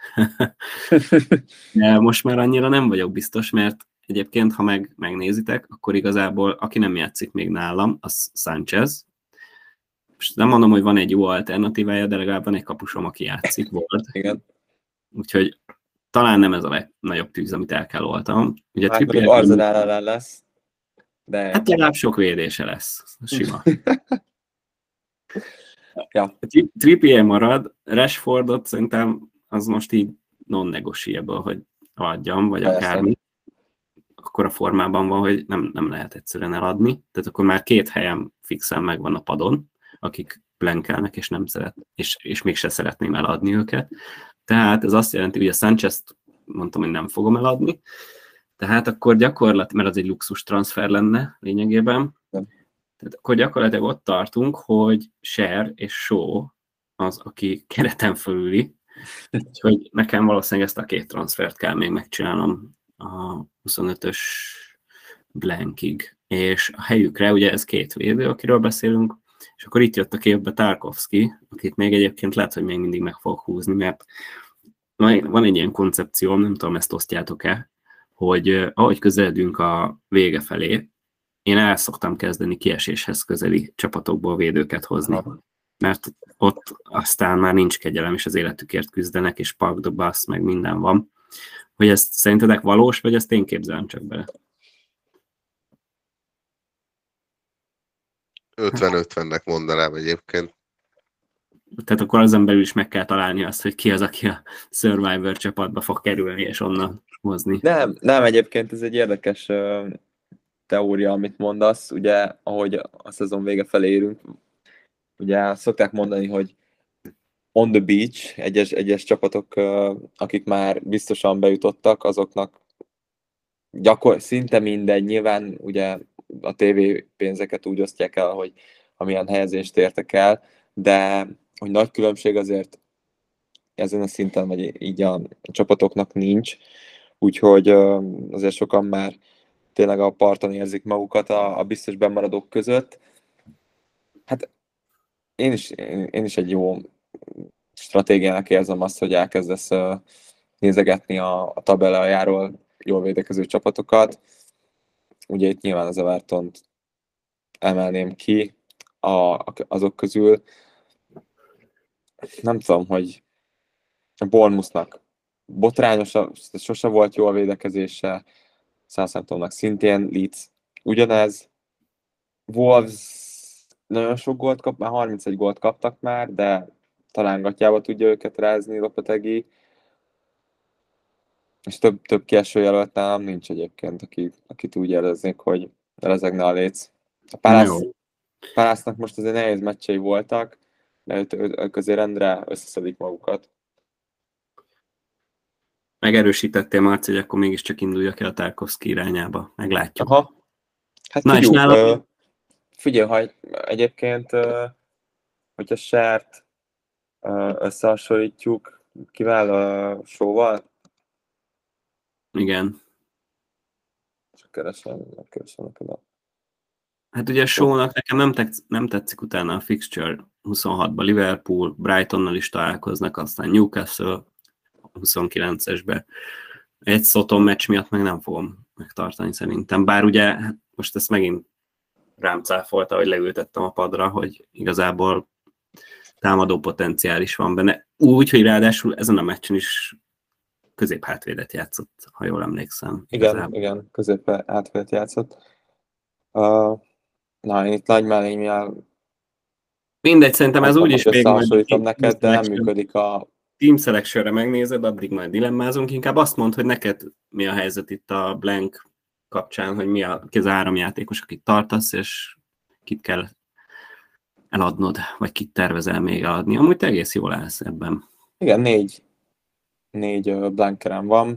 De most már annyira nem vagyok biztos, mert egyébként, ha meg, megnézitek, akkor igazából aki nem játszik még nálam, az Sánchez. Most nem mondom, hogy van egy jó alternatívája, de legalább van egy kapusom, aki játszik, volt. Igen. Úgyhogy talán nem ez a legnagyobb tűz, amit el kell oltanom. Ugye hát Trippier Arsenal ellen lesz. De... Hát legalább sok védése lesz. Sima. Ja. Trippier marad, Rashfordot szerintem az most így non-negotiable, hogy adjam, vagy akármi. Akkor a formában van, hogy nem, nem lehet egyszerűen eladni. Tehát akkor már két helyem fixen megvan a padon, akik blankelnek, és nem szeret, és, és mégse szeretném eladni őket. Tehát ez azt jelenti, hogy a Sánchez-t mondtam, hogy nem fogom eladni. Tehát akkor gyakorlatilag, mert az egy luxus transfer lenne lényegében, tehát akkor gyakorlatilag ott tartunk, hogy Share és Shaw az, aki kereten fölüli, úgyhogy nekem valószínűleg ezt a két transfert kell még megcsinálnom a huszonötös blankig. És a helyükre, ugye ez két védő, akiről beszélünk, És akkor itt jött a képbe Tarkovsky, akit még egyébként lehet, hogy még mindig meg fog húzni, mert van egy ilyen koncepcióm, nem tudom, ezt osztjátok-e, hogy ahogy közeledünk a vége felé, én el szoktam kezdeni kieséshez közeli csapatokból védőket hozni. Aha. Mert ott aztán már nincs kegyelem, és az életükért küzdenek, és park the bus, meg minden van. Hogy ez szerintetek valós, vagy ezt én képzelem csak bele? ötven-ötvennek mondanám egyébként. Tehát akkor azon belül is meg kell találni azt, hogy ki az, aki a Survivor csapatba fog kerülni, és onnan hozni. Nem, nem, egyébként ez egy érdekes uh, teória, amit mondasz. Ugye, ahogy a szezon vége felé érünk, ugye szokták mondani, hogy on the beach, egyes, egyes csapatok, uh, akik már biztosan bejutottak, azoknak gyakor, szinte mindegy, nyilván ugye a té vé pénzeket úgy osztják el, hogy amilyen helyezést értek el, de hogy nagy különbség azért ezen a szinten, vagy így a csapatoknak nincs, úgyhogy azért sokan már tényleg a parton érzik magukat a, a biztos bemaradók között. Hát én is, én, én is egy jó stratégiának érzem azt, hogy elkezdesz nézegetni a, a tabellájáról jól védekező csapatokat. Ugye itt nyilván az Evertont emelném ki a, azok közül. Nem tudom, hogy a Bournemouthnak botrányos, sose volt jó a védekezése, Southamptonnak szintén, Leeds ugyanez. Wolves nagyon sok gólt kap, már harmincegy gólt kaptak már, de talán gatyába tudja őket rázni Lopetegi. És több, több kieső jelölt nálam nincs egyébként, aki, akit úgy éreznék, hogy lezegne a léc. A Palace-nak most azért nehéz meccsei voltak, de ők, ők azért rendre összeszedik magukat. Megerősítettél, Marci, hogy akkor mégiscsak induljak el a Tarkovsky irányába. Meglátjuk. Aha. Hát Na, figyelj, nálam... uh, figyelj, ha egyébként, uh, hogyha Sert uh, összehasonlítjuk, kivel a uh, Showval? Igen. Csak keresem, keresem neked a... Hát ugye a Shownak nekem nem, tetszik, nem tetszik utána a fixture huszonhatban Liverpool, Brightonnal is találkoznak, aztán Newcastle huszonkilencesben. Egy Soton meccs miatt meg nem fogom megtartani szerintem. Bár ugye most ezt megint rám cáfolta, hogy leültettem a padra, hogy igazából támadó potenciál is van benne. Úgy, hogy ráadásul ezen a meccsen is középhátvédet játszott, ha jól emlékszem. Igen, igazából. igen, középhátvédet játszott. Uh, na, én itt nagy mellénnyel mindegy, szerintem ez úgy is még majd neked, de nem működik a Team Selection-re megnézed, addig majd dilemmázunk. Inkább azt mondd, hogy neked mi a helyzet itt a Blank kapcsán, hogy mi a, az három játékos, akit tartasz, és kit kell eladnod, vagy kit tervezel még eladni. Amúgy te egész jól állsz ebben. Igen, négy, négy Blankerem van.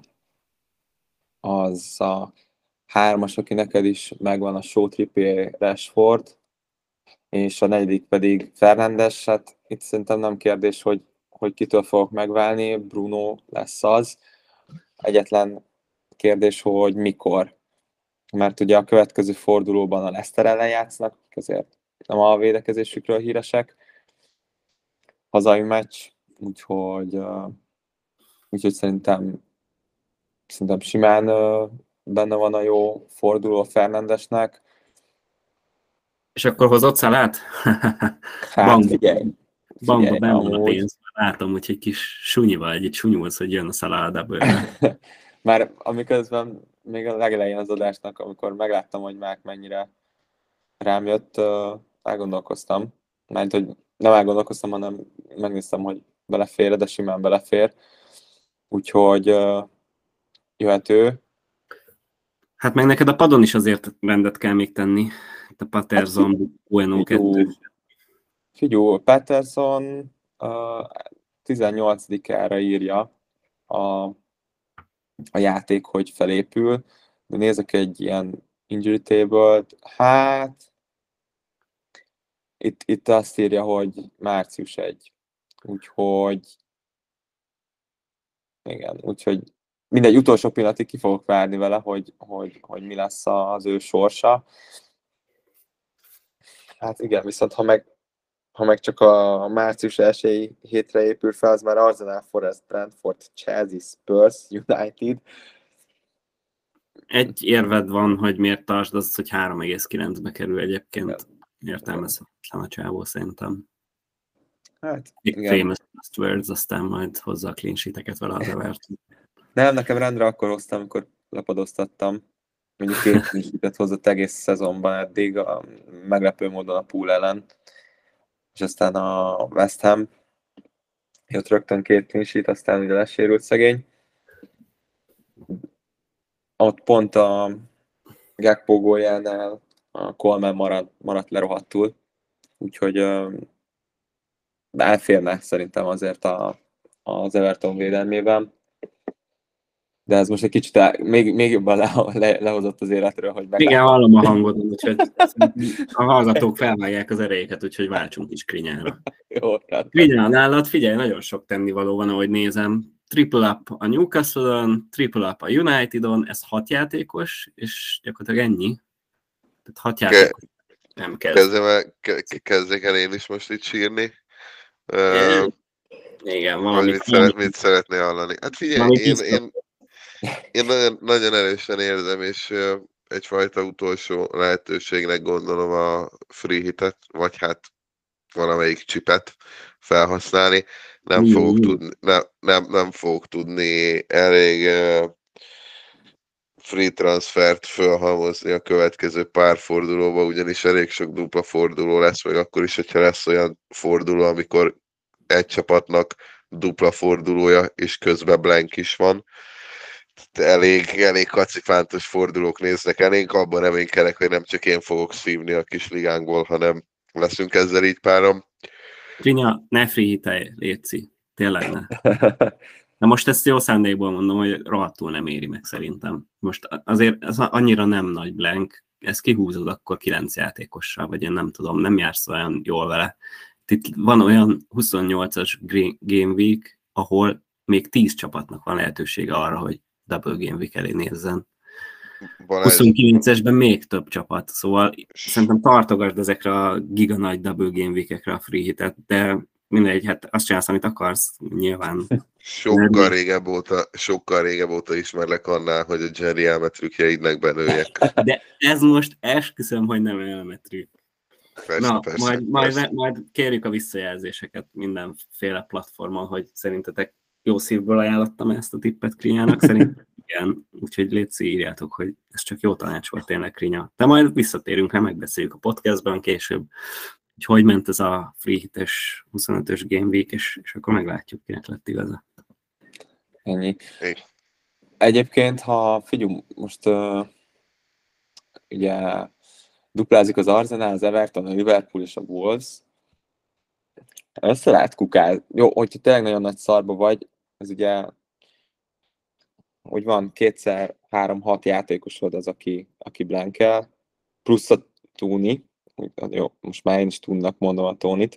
Az a hármas, aki neked is megvan, a Shaw, Trippier, Rashford, és a negyedik pedig Fernandes. Hát itt szerintem nem kérdés, hogy hogy kitől fogok megválni, Bruno lesz az. Egyetlen kérdés, hogy mikor. Mert ugye a következő fordulóban a Leicester ellen játsznak, ezért nem a védekezésükről híresek. Hazai meccs, úgyhogy, uh, úgyhogy szerintem, szerintem simán uh, benne van a jó forduló Fernandesnek. És akkor hozott Szalát? Hát figyelj! Bankba benn van a pénz. Látom, hogy egy kis sunyival, egy sunyulsz, hogy jön a Szaládából. Már amiközben még a legelején az adásnak, amikor megláttam, hogy Mák mennyire rám jött, elgondolkoztam. Mert hogy nem elgondolkoztam, hanem megnéztem, hogy belefér, de simán belefér. Úgyhogy jöhet ő. Hát meg neked a padon is azért rendet kell még tenni. A Patterson, hát, Bueno kettő. Figyú, Patterson uh, tizennyolcadikára írja a, a játék, hogy felépül, de nézek egy ilyen injury table-t, hát itt, itt azt írja, hogy március elseje, úgyhogy igen, úgyhogy mindegy, utolsó pillanatig ki fogok várni vele, hogy, hogy, hogy mi lesz az ő sorsa. Hát igen, viszont ha meg ha meg csak a március első hétre épül fel, az már Arsenal, Forest, Brentford, Chelsea, Spurs, United. Egy érved van, hogy miért tartsd az, hogy három egész kilencbe kerül egyébként. Értelmezhetetlen a csávó szerintem. Hát, Famous last words, aztán majd hozza a clean sheet-eket vele az Everton. Nem, nekem rendre akkor hoztam, amikor lapadoztattam. Mondjuk két clean sheet-et hozott egész szezonban eddig, a meglepő módon a Pool ellen. És aztán a West Ham jött rögtön két clean sheet, aztán ugye lesérült szegény. Ott pont a Gakpo góljánál a Coleman maradt, maradt le rohadtul, úgyhogy uh, elférne szerintem azért a, az Everton védelmében. De ez most egy kicsit el, még, még jobban le, le, lehozott az életről, hogy meg. Igen, hallom a hangodon, úgyhogy a hallgatók felvágják az erejéket, úgyhogy váltsunk is Krinyára. Jó, Krinyá nálad, figyelj, nagyon sok tennivaló van, ahogy nézem. Triple up a Newcastle-on, triple up a United-on, ez hat játékos, és gyakorlatilag ennyi. Tehát hat játékos Ke- nem kezd. Kezdjem el, ke- kezdjek el én is most itt sírni. Uh, Igen, valamit. mit, szeret, mit szeretnél hallani? Hát figyelj, én, én, én nagyon, nagyon erősen érzem, és uh, egyfajta utolsó lehetőségnek gondolom a free hitet, vagy hát valamelyik chipet felhasználni. Nem fogok tudni, nem, nem, nem fogok tudni elég uh, free transfert felhalmozni a következő pár fordulóba, ugyanis elég sok dupla forduló lesz, meg akkor is, hogyha lesz olyan forduló, amikor egy csapatnak dupla fordulója, és közben blank is van. Elég, elég kacifántos fordulók néznek elénk, abban reménykedek, hogy nem csak én fogok szívni a kis ligánkból, hanem leszünk ezzel így párom. Krinya, ne free hitelj, létszi. Tényleg ne. Na most ezt jó szándékból mondom, hogy rohadtul nem éri meg szerintem. Most azért ez annyira nem nagy blank, ezt kihúzod akkor kilenc játékossal, vagy én nem tudom, nem jársz olyan jól vele. Itt van olyan huszonnyolcas game week, ahol még tíz csapatnak van lehetősége arra, hogy double game week elé nézzen. huszonkilencesben még több csapat, szóval szerintem tartogasd ezekre a giga nagy double game week-ekre a free hitet, de mindegy, hát azt csinálsz, amit akarsz, nyilván. Sokkal régebb óta, sokkal régebb óta ismerlek annál, hogy a Jerry elmetrükjeidnek belőjek. De ez most esküszöm, hogy nem elmetrük. Persze, Na, persze, majd, persze. majd, majd kérjük a visszajelzéseket mindenféle platformon, hogy szerintetek jó szívből ajánlottam ezt a tippet Krinyának, szerintem igen, úgyhogy létszi, írjátok, hogy ez csak jó tanács volt tényleg, Krinya. De majd visszatérünk, ha megbeszéljük a podcastban később, hogy hogy ment ez a free hites huszonötös game week, és, és akkor meglátjuk, kinek lett igaza. Ennyi. Én. Egyébként, ha figyelj, most uh, ugye duplázik az Arsenal, az Everton, a Liverpool és a Wolves, össze lehet kukál. Jó, hogyha tényleg nagyon nagy szarba vagy, ez ugye, hogy van kétszer három-hat játékosod az, aki, aki blankel, plusz a Tóni, jó, most már én is Túnnak mondom a Tónit,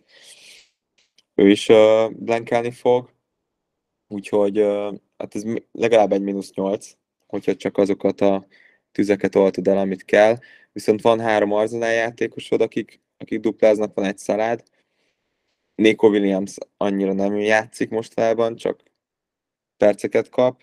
ő is uh, blankelni fog, úgyhogy uh, hát ez legalább egy mínusz nyolc, hogyha csak azokat a tüzeket oltod el, amit kell. Viszont van három Arsenal játékosod, akik, akik dupláznak, van egy Szalád. Nico Williams annyira nem játszik mostában, csak perceket kap.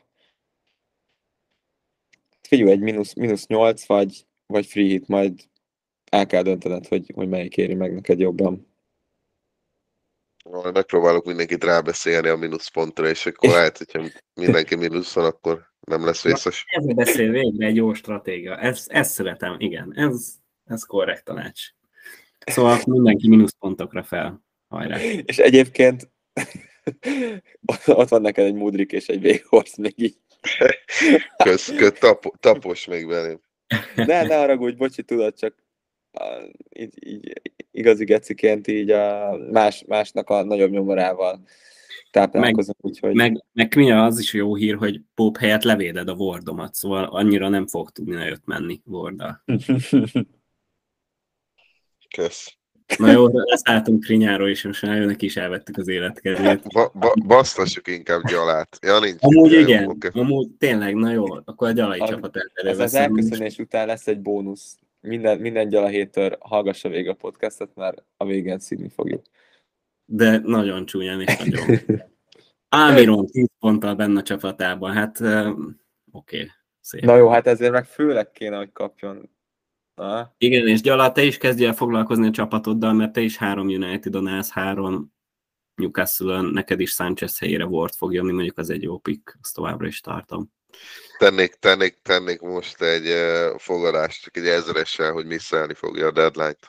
Figyelj, egy mínusz, mínusz nyolc, vagy, vagy free hit, majd el kell döntened, hogy, hogy melyik éri meg neked jobban. Megpróbálok mindenkit rábeszélni a mínuszpontra, és akkor lehet, hogyha mindenki mínuszon, akkor nem lesz vészes. Ez beszél végre egy jó stratégia. Ezt, ezt szeretem, igen. Ez, ez korrekt tanács. Szóval mindenki mínuszpontokra fel. Hajrá. És egyébként ott van neked egy Mudrik és egy Weghorst még így. Kösz, kösz tapo, tapos még belém. Ne, ne haragudj, bocsi, tudod, csak a, így, így, igazi geciként így a más, másnak a nagyobb nyomorával táplálkozom, meg, úgyhogy... Meg, meg Krinya, az is jó hír, hogy Pope helyett levéded a Wardomat, szóval annyira nem fog tudni nagyot menni Warddal. Kösz. Na jó, leszálltunk Krinyáról, és most már neki is elvettük az életkedvét. Ba, ba, basztassuk inkább Gyalát. Ja, nincs. Amúgy ilyen, igen, okay. Amúgy tényleg, na jó, akkor a Gyalai a, csapat ez az elköszönés után lesz egy bónusz. Minden, minden Gyala hétől hallgassa végig a podcastot, mert a végén szívni fogjuk. de nagyon csúnyán és nagyon. Almiron tíz ponttal benne a csapatában, hát uh, oké, okay, szép. Na jó, hát ezért meg főleg kéne, hogy kapjon. Na? Igen, és Gyala, te is kezdj el foglalkozni a csapatoddal, mert te is három United-on állsz, három Newcastle-on, neked is Sanchez helyére Ward fog jönni, mondjuk az egy jó pick, azt továbbra is tartom. Tennék, tennék, tennék most egy uh, fogadást, csak egy ezeressel, hogy misszelni fogja a deadline-t.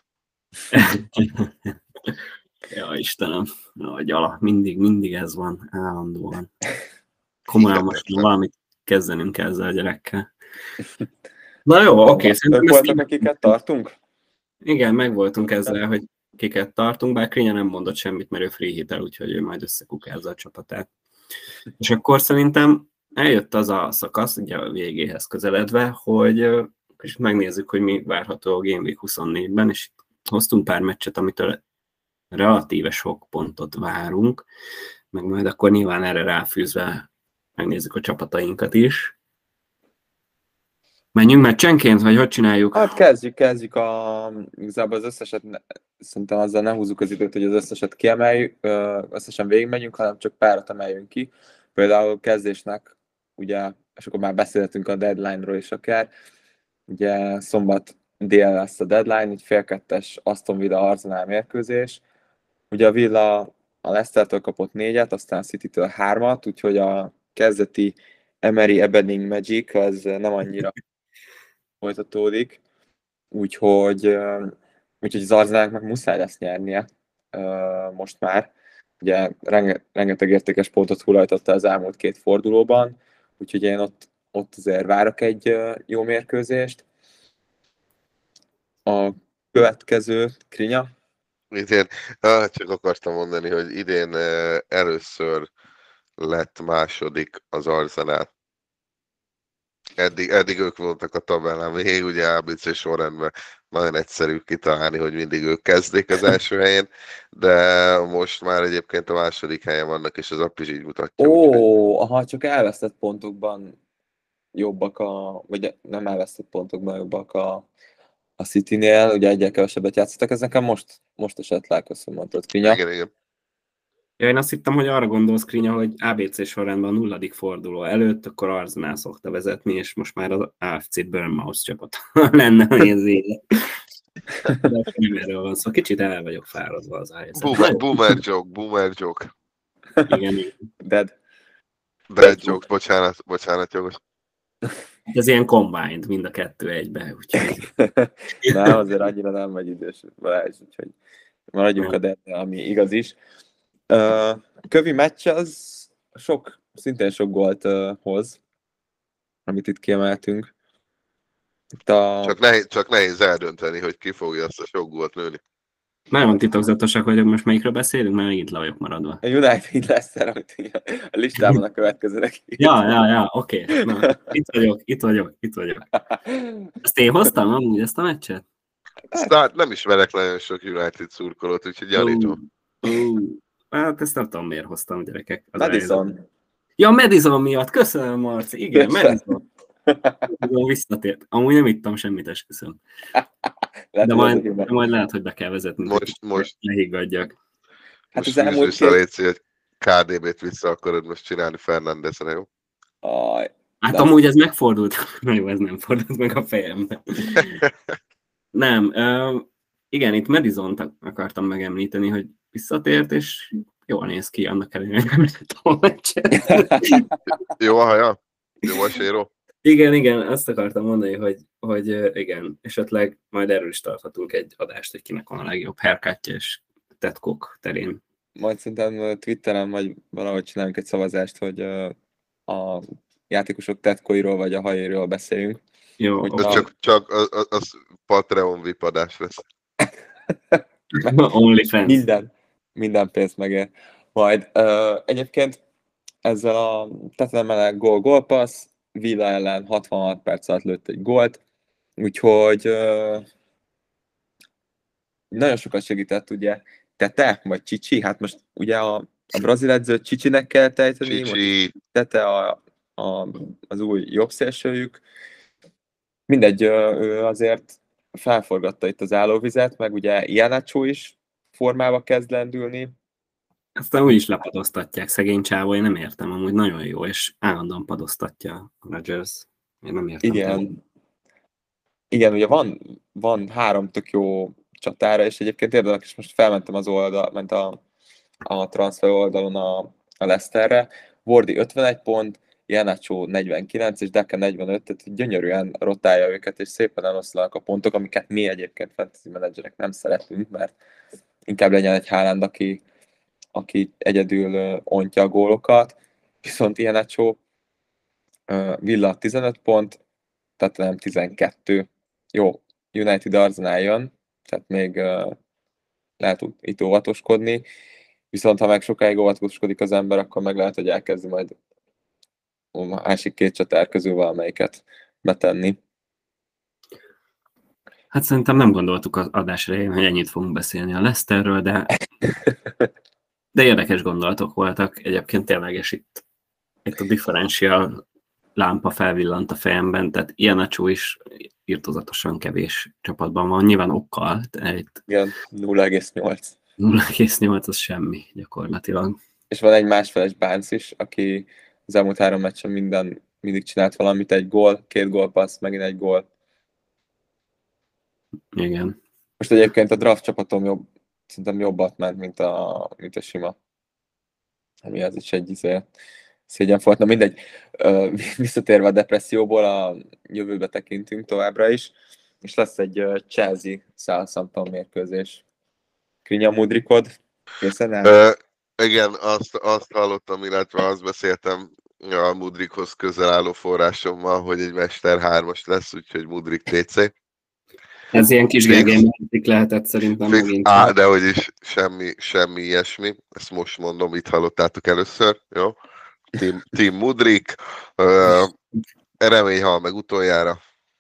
Ja, Istenem, ja, Gyala, mindig, mindig ez van, állandóan. Komolyan most valamit kezdenünk kell ezzel a gyerekkel. Na jó, oké. Okay, szerintem voltak, akiket tartunk? Igen, megvoltunk ezzel, hogy kiket tartunk, bár Krinya nem mondott semmit, mert ő free hitel, úgyhogy ő majd összekukázza a csapatát. És akkor szerintem eljött az a szakasz, ugye a végéhez közeledve, hogy és megnézzük, hogy mi várható a Game Week huszonnégyben, és hoztunk pár meccset, amitől relatíve sok pontot várunk, meg majd akkor nyilván erre ráfűzve megnézzük a csapatainkat is. Menjünk meccsenként, vagy hogy csináljuk? Hát kezdjük, kezdjük a, igazából az összeset, szerintem azzal ne húzzuk az időt, hogy az összeset kiemeljük, összesen végigmegyünk, hanem csak párat emeljünk ki. Például kezdésnek, ugye, és akkor már beszélhetünk a deadline-ról is akár, ugye szombat dél lesz a deadline, egy fél kettes Aston Villa Arsenal mérkőzés. Ugye a Villa a Leicester-től kapott négyet, aztán a City-től hármat, úgyhogy a kezdeti Emery Ebening Magic az nem annyira folytatódik, úgyhogy, úgyhogy az Arsenalnak meg muszáj lesz nyernie most már. Ugye renge, rengeteg értékes pontot hulajtotta az elmúlt két fordulóban, úgyhogy én ott, ott azért várok egy jó mérkőzést. A következő, Krinya? Idén, ah, csak akartam mondani, hogy idén először lett második az Arsenal. Eddig, eddig ők voltak a tabellán, még ugye á bé cé sorrendben nagyon egyszerű kitalálni, hogy mindig ők kezdik az első helyen, de most már egyébként a második helyen vannak, és az app is így mutatja. Ó, úgyhogy... aha, csak elvesztett pontokban jobbak a, vagy nem elvesztett pontokban jobbak a, a City-nél, ugye egyel kevesebbet játszottak, ez nekem most, most esett le, köszönöm, mondtad, Krinya. Igen, igen. Ja, én azt hittem, hogy arra gondolsz, Krinya, hogy á bé cé sorrendben a nulladik forduló előtt, akkor Arsenal szokta vezetni, és most már az á ef cé Bournemouth csapat lenne, hogy ez élet. De nem erről van szó. Kicsit el vagyok fáradva az helyzet. Boomer, boomer joke, boomer joke. Igen, igen. Dead. Dead joke, bocsánat, bocsánat, jogos. Ez ilyen combined, mind a kettő egybe, úgyhogy... Nem, azért annyira nem vagy idős Balázs, úgyhogy maradjunk a dead, ami igaz is. Uh, kövi meccs az sok, szintén sok gólt uh, hoz, amit itt kiemeltünk. Itt a... csak, nehéz, csak nehéz eldönteni, hogy ki fogja azt a sok gólt lőni. Nagyon titokzatosak vagyok, most melyikről beszélünk, mert megint le vagyok maradva. A United Leicester, amit a listában a következőnek. Ja, ja, ja, oké. Okay. Itt vagyok, itt vagyok, itt vagyok. Ezt én hoztam amúgy ezt a meccset? Aztán nem ismerek nagyon sok United szurkolót, úgyhogy gyanítom. Uh, uh. Hát ezt nem tudom, miért hoztam, gyerekek. Az Madison. Elhelyzet. Ja, Madison miatt. Köszönöm, Marci. Igen, Madison. Madison visszatért. Amúgy nem ittam semmit, esküszöm. De majd, de majd lehet, hogy be kell vezetni. Most, most. Lehiggadjak. Hát most fűz vissza, Léci, hogy ká dé bét vissza akarod most csinálni Fernandezre, jó? Aj, hát amúgy az... ez megfordult. Na jó, ez nem fordult meg a fejembe. Nem. Uh, igen, itt Madison-t akartam megemlíteni, hogy visszatért, és jól néz ki, annak ellenére, hogy nem lehet a meccset. Jó a haja? Jó a séró? Igen, igen, azt akartam mondani, hogy, hogy igen, esetleg majd erről is tarthatunk egy adást, hogy kinek van a legjobb haircutja és tetkok terén. Majd szerintem Twitteren vagy valahogy csinálunk egy szavazást, hogy a játékosok tetkoiról vagy a hajéről beszéljünk. Jó, hogy a... Csak, csak az, az Patreon vip adás lesz. OnlyFans. Minden, minden pénzt megér. Majd uh, egyébként ezzel a tetelemelen gól-gól passz, Villa ellen hatvanhat perc alatt lőtt egy gólt, úgyhogy uh, nagyon sokat segített ugye Tete, vagy Csicsi, hát most ugye a, a brazil edzőt Csicsinek kell tejteni, Csicsi. Tete a, a, az új jobb szélsőjük. Mindegy, ő azért felforgatta itt az állóvizet, meg ugye Iheanacho is formába kezd lendülni, Aztán úgy is lepadoztatják, szegény csávó, én nem értem, amúgy nagyon jó, és állandóan padoztatja a Rodgers. Én nem értem. Igen. Tényleg. Igen, ugye van, van három tök jó csatára, és egyébként érdekes, most felmentem az oldal, ment a, a transfer oldalon a, a Leicesterre, Wardy ötvenegy pont, Iheanacho negyvenkilenc és Daka negyvenöt, tehát gyönyörűen rotálja őket, és szépen eloszlanak a pontok, amiket mi egyébként fantasy menedzserek nem szeretünk, mert inkább legyen egy Haaland, aki, aki egyedül ontja a gólokat, viszont Iheanacho Villa tizenöt pont, tehát nem tizenkettő. Jó, United Arsenal jön, tehát még uh, lehet itt óvatoskodni, viszont ha meg sokáig óvatoskodik az ember, akkor meg lehet, hogy elkezdi majd a másik két csatár közül valamelyiket betenni. Hát szerintem nem gondoltuk az adás elején, hogy ennyit fogunk beszélni a Leicesterről, de, de érdekes gondolatok voltak. Egyébként tényleges itt, itt a differential lámpa felvillant a fejemben, tehát Iheanacho is irtózatosan kevés csapatban van, nyilván okkal. Tehát igen, nulla egész nyolc. nulla egész nyolc az semmi gyakorlatilag. És van egy másfeles Barnes is, aki az elmúlt három meccsen minden, mindig csinált valamit, egy gól, két gólpassz, megint egy gól. Igen. Most egyébként a draft csapatom jobb, szerintem jobbat ment, mint a, mint a sima. Ami az is egy izé, szégyenfolt. Na mindegy, visszatérve a depresszióból, a jövőbe tekintünk továbbra is, és lesz egy Chelsea Southampton mérkőzés. Krinya Mudrikod, készen el? Uh, igen, azt, azt hallottam, illetve azt beszéltem a Mudrikhoz közel álló forrásommal, hogy egy Mester hármas lesz, úgyhogy Mudrik té cé. Ez ilyen kis gergelymehetik lehetett szerintem Fix, megint. á, de hogy is semmi, semmi ilyesmi. Ezt most mondom, itt hallottátok először. Jó? Team, team Mudrik. Uh, remény hal meg utoljára.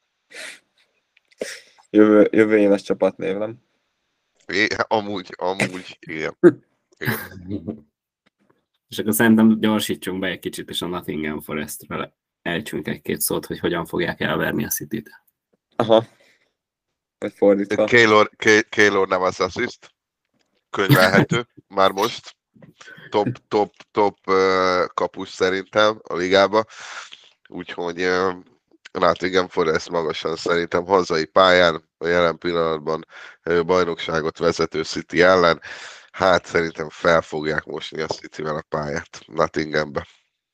Jövő, jövő éves csapatnév, nem? É, amúgy, amúgy, igen. igen. És akkor szerintem gyorsítsunk be egy kicsit, és a Nottingham Forestről ejtsünk egy-két szót, hogy hogyan fogják elverni a Cityt. Aha. Vagy fordítva. Keylor, Keylor nem az assziszt. Könyvelhető, már most. Top, top, top uh, kapus szerintem a ligába. Úgyhogy uh, Nottingham Forest magasan szerintem hazai pályán, a jelen pillanatban uh, bajnokságot vezető City ellen. Hát szerintem fel fogják mosni a Cityvel a pályát Nottinghambe.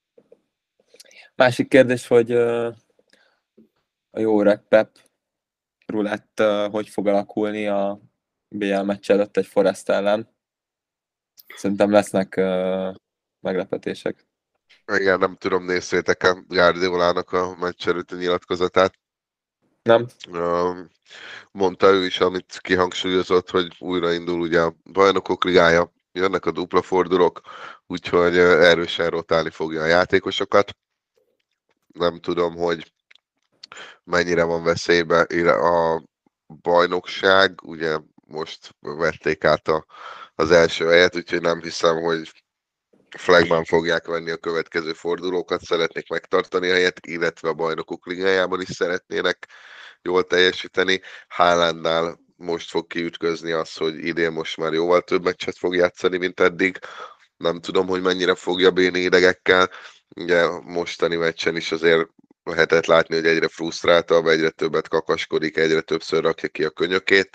Másik kérdés, hogy uh, a jó öreg Pep rulett uh, hogy fog alakulni a bé el meccs előtt egy Forest ellen. Szerintem lesznek uh, meglepetések. Igen, nem tudom, nézzétek-e Guardiolának a meccs előtti nyilatkozatát. Nem? Uh, mondta ő is, amit kihangsúlyozott, hogy újraindul ugye a Bajnokok Ligája, jönnek a dupla fordulók, úgyhogy uh, erősen rotálni fogja a játékosokat. Nem tudom, hogy mennyire van veszélybe a bajnokság, ugye most vették át a, az első helyet, úgyhogy nem hiszem, hogy flagban fogják venni a következő fordulókat, szeretnék megtartani a helyet, illetve a Bajnokok Ligájában is szeretnének jól teljesíteni. Haalandnál most fog kiütközni az, hogy idén most már jóval több meccset fog játszani, mint eddig. Nem tudom, hogy mennyire fogja béni idegekkel. Ugye mostani meccsen is azért lehetett látni, hogy egyre frusztráltabb, egyre többet kakaskodik, egyre többször rakja ki a könyökét.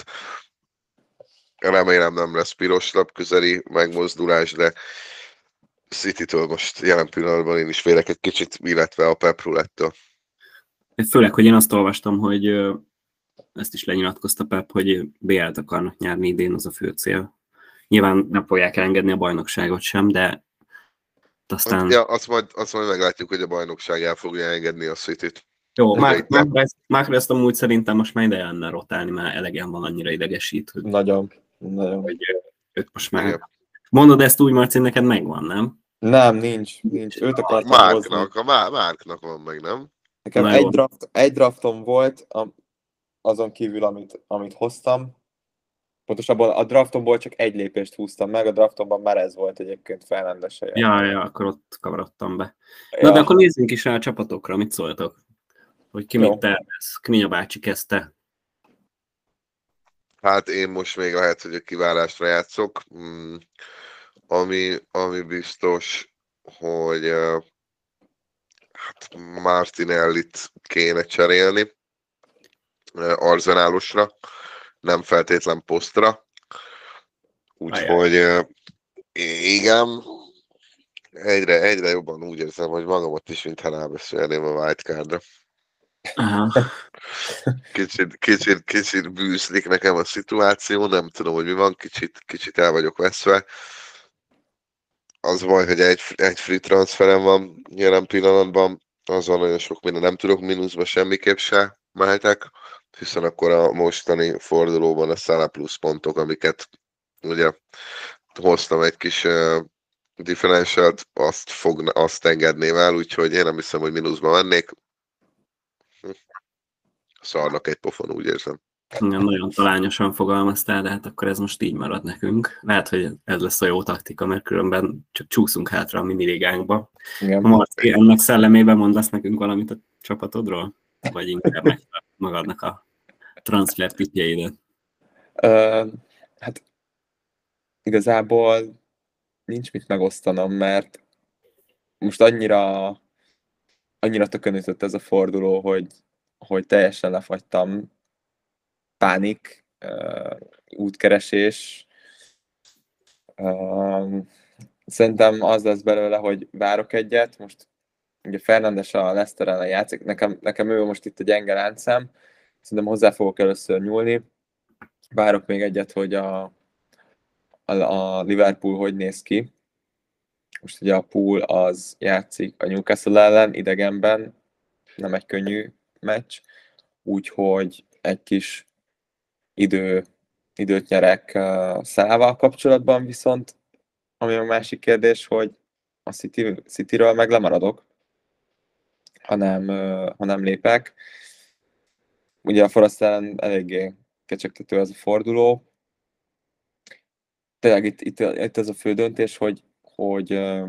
Remélem nem lesz piros lap közeli megmozdulás, de Citytől most jelen pillanatban én is félek egy kicsit, illetve a Pep Roulettől. Főleg, hogy én azt olvastam, hogy ezt is lenyilatkozta Pep, hogy bé el-t akarnak nyerni idén, az a fő cél. Nyilván nem fogják elengedni a bajnokságot sem, de aztán... Ja, azt majd, azt majd meglátjuk, hogy a bajnokság el fogja engedni a Cityt. Jó, Márkra ezt amúgy szerintem most már ideje lenne rotálni, mert elegen van, annyira idegesít, hogy... Nagyon, nagyon. Hogy őt most már... Igen. Mondod ezt úgy, Marci, neked megvan, nem? Nem, nincs, nincs. Őt akartam Márknak, a Márknak van meg, nem? Nekem egy, draft, egy draftom volt, azon kívül, amit, amit hoztam. Pontosabban a draftomból csak egy lépést húztam meg, a draftomban már ez volt egyébként Fernandes helyen. Ja, ja, akkor ott kavarodtam be. Na, ja. De akkor nézzünk is rá a csapatokra, mit szóltok? Hogy ki Jó. mit tervez? Kninya bácsi kezdte. Hát én most még lehet, hogy a kiválásra játszok. ami, ami biztos, hogy uh, hát Martinellit kéne cserélni uh, arzenálosra, nem feltétlen posztra. Úgyhogy uh, igen, egyre, egyre jobban úgy érzem, hogy magamat is, mintha rábeszélném a wildcardra. Kicsit, kicsit, kicsit bűzlik nekem a szituáció, nem tudom, hogy mi van, kicsit, kicsit el vagyok veszve. Az baj, hogy egy, egy free transferem van jelen pillanatban, azon nagyon sok minden nem tudok mínuszba semmiképp se mehetek, hiszen akkor a mostani fordulóban a Salah plusz pontok, amiket ugye hoztam egy kis uh, differentialt, azt, fogna, azt engedném el, úgyhogy én nem hiszem, hogy mínuszba mennék. Szarnak egy pofon, úgy érzem. Igen, nagyon talányosan fogalmaztál, de hát akkor ez most így marad nekünk. Lehet, hogy ez lesz a jó taktika, mert különben csak csúszunk hátra a miniligánkba. Igen. Ha Marci, ennek szellemében mondasz nekünk valamit a csapatodról? Vagy inkább meg magadnak a transfer tipjeidet? Uh, hát igazából nincs mit megosztanom, mert most annyira annyira tökönütött ez a forduló, hogy, hogy teljesen lefagytam. Pánik, uh, útkeresés. Uh, szerintem az lesz belőle, hogy várok egyet. Most ugye Fernandes a Leicester ellen játszik, nekem, nekem ő most itt a gyenge láncszám. Szerintem hozzá fogok először nyúlni. Várok még egyet, hogy a, a, a Liverpool hogy néz ki. Most ugye a Pool az játszik a Newcastle ellen idegenben, nem egy könnyű meccs, úgyhogy egy kis idő, időt nyerek uh, Szalával kapcsolatban, viszont ami a másik kérdés, hogy a City, Cityről meg lemaradok, ha nem, uh, ha nem lépek. Ugye a Forest ellen eléggé kecsegtető ez a forduló. Tényleg itt, itt, itt ez a fő döntés, hogy, hogy uh,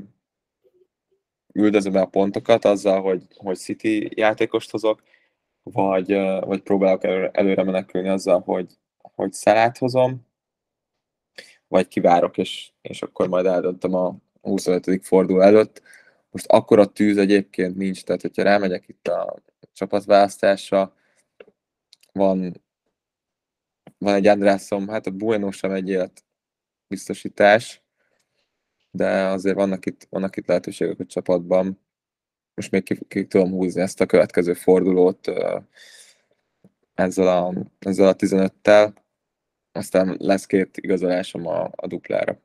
üldözöm el a pontokat azzal, hogy, hogy City játékost hozok, vagy, uh, vagy próbálok előre, előre menekülni azzal, hogy, hogy Salát hozom, vagy kivárok, és, és akkor majd eldöntöm a huszonötödik forduló előtt. Most akkora tűz egyébként nincs, tehát hogyha rámegyek itt a csapatválasztásra, van, van egy Andrászom, hát a Bueno sem egy élet biztosítás, de azért vannak itt, vannak itt lehetőségek a csapatban. Most még ki, ki tudom húzni ezt a következő fordulót uh, ezzel a, ezzel a tizenöttel, aztán lesz két igazolásom a, a duplára.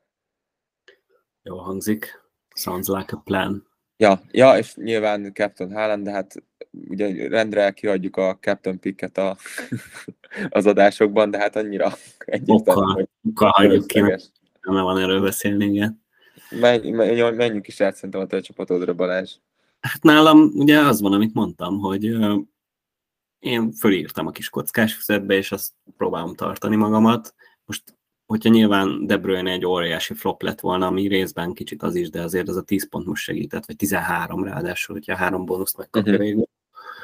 Jó hangzik. Sounds like a plan. Ja, ja, és nyilván Captain Haaland, de hát ugye rendre kihagyjuk a Captain Picket a, az adásokban, de hát annyira egyértelmű, hogy okkal hagyjuk ki, nem van erről beszélni, igen. Menj, menj, menjünk is át szerintem a te csapatodra, Balázs. Hát nálam ugye az van, amit mondtam, hogy uh, én fölírtam a kis kockás füzetbe, és azt próbálom tartani magamat. Most, hogyha nyilván De Bruyne egy óriási flop lett volna, ami részben kicsit az is, de azért az a tíz pont most segített, vagy tizenhárom ráadásul, hogyha három bónuszt megkapja uh-huh. végül.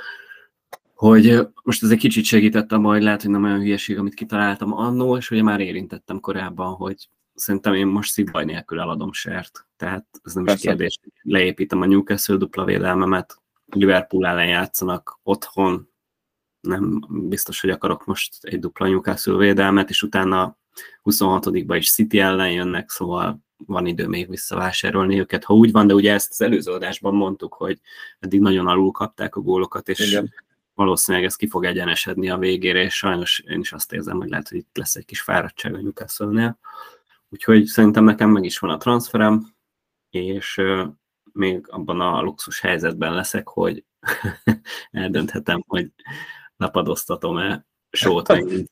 Hogy most ez egy kicsit segített abban, hogy lehet, hogy nem olyan hülyeség, amit kitaláltam annól, és ugye már érintettem korábban, hogy szerintem én most szívbaj nélkül eladom Sert. Tehát ez nem Persze. is kérdés. Leépítem a Newcastle dupla védelmemet, Liverpool ellen játszanak otthon, nem biztos, hogy akarok most egy dupla Newcastle védelmet, és utána huszonhatodikban is City ellen jönnek, szóval van idő még visszavásárolni őket, ha úgy van, de ugye ezt az előző adásban mondtuk, hogy eddig nagyon alul kapták a gólokat, és Igen. valószínűleg ez ki fog egyenesedni a végére, és sajnos én is azt érzem, hogy lehet, hogy itt lesz egy kis fáradtság a Newcastle-nél. Úgyhogy szerintem nekem meg is van a transferem, és uh, még abban a luxus helyzetben leszek, hogy eldönthetem, hogy napadoztatom-e sót megint.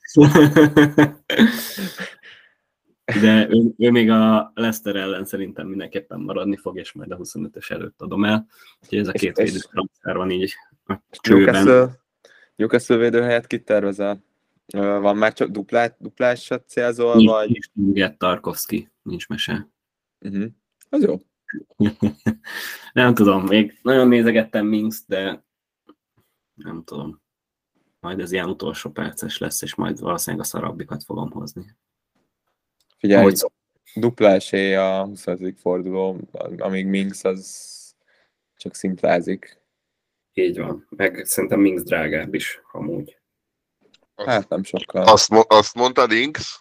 De ő, ő még a Leicester ellen szerintem mindenképpen maradni fog, és majd a huszonötös előtt adom el. Úgyhogy ez a két védő transfer van így a csőben. Newcastle, Newcastle védő helyett kit tervezel? Van már csak duplát, duplásat célzol, nincs, vagy? Nincs, nincs Tarkovsky, nincs mese. Uh-huh. Az jó. Nem tudom, még nagyon nézegettem Minx, de nem tudom. Majd ez ilyen utolsó perces lesz, és majd valószínűleg a szarabbikat fogom hozni. Figyelj, Ahogy dupla esély a huszonötödik forduló, amíg Minx az csak szimplázik. Így van. Meg szerintem Minx drágább is, amúgy. Hát nem sokkal. Azt, azt mondtad, Inks?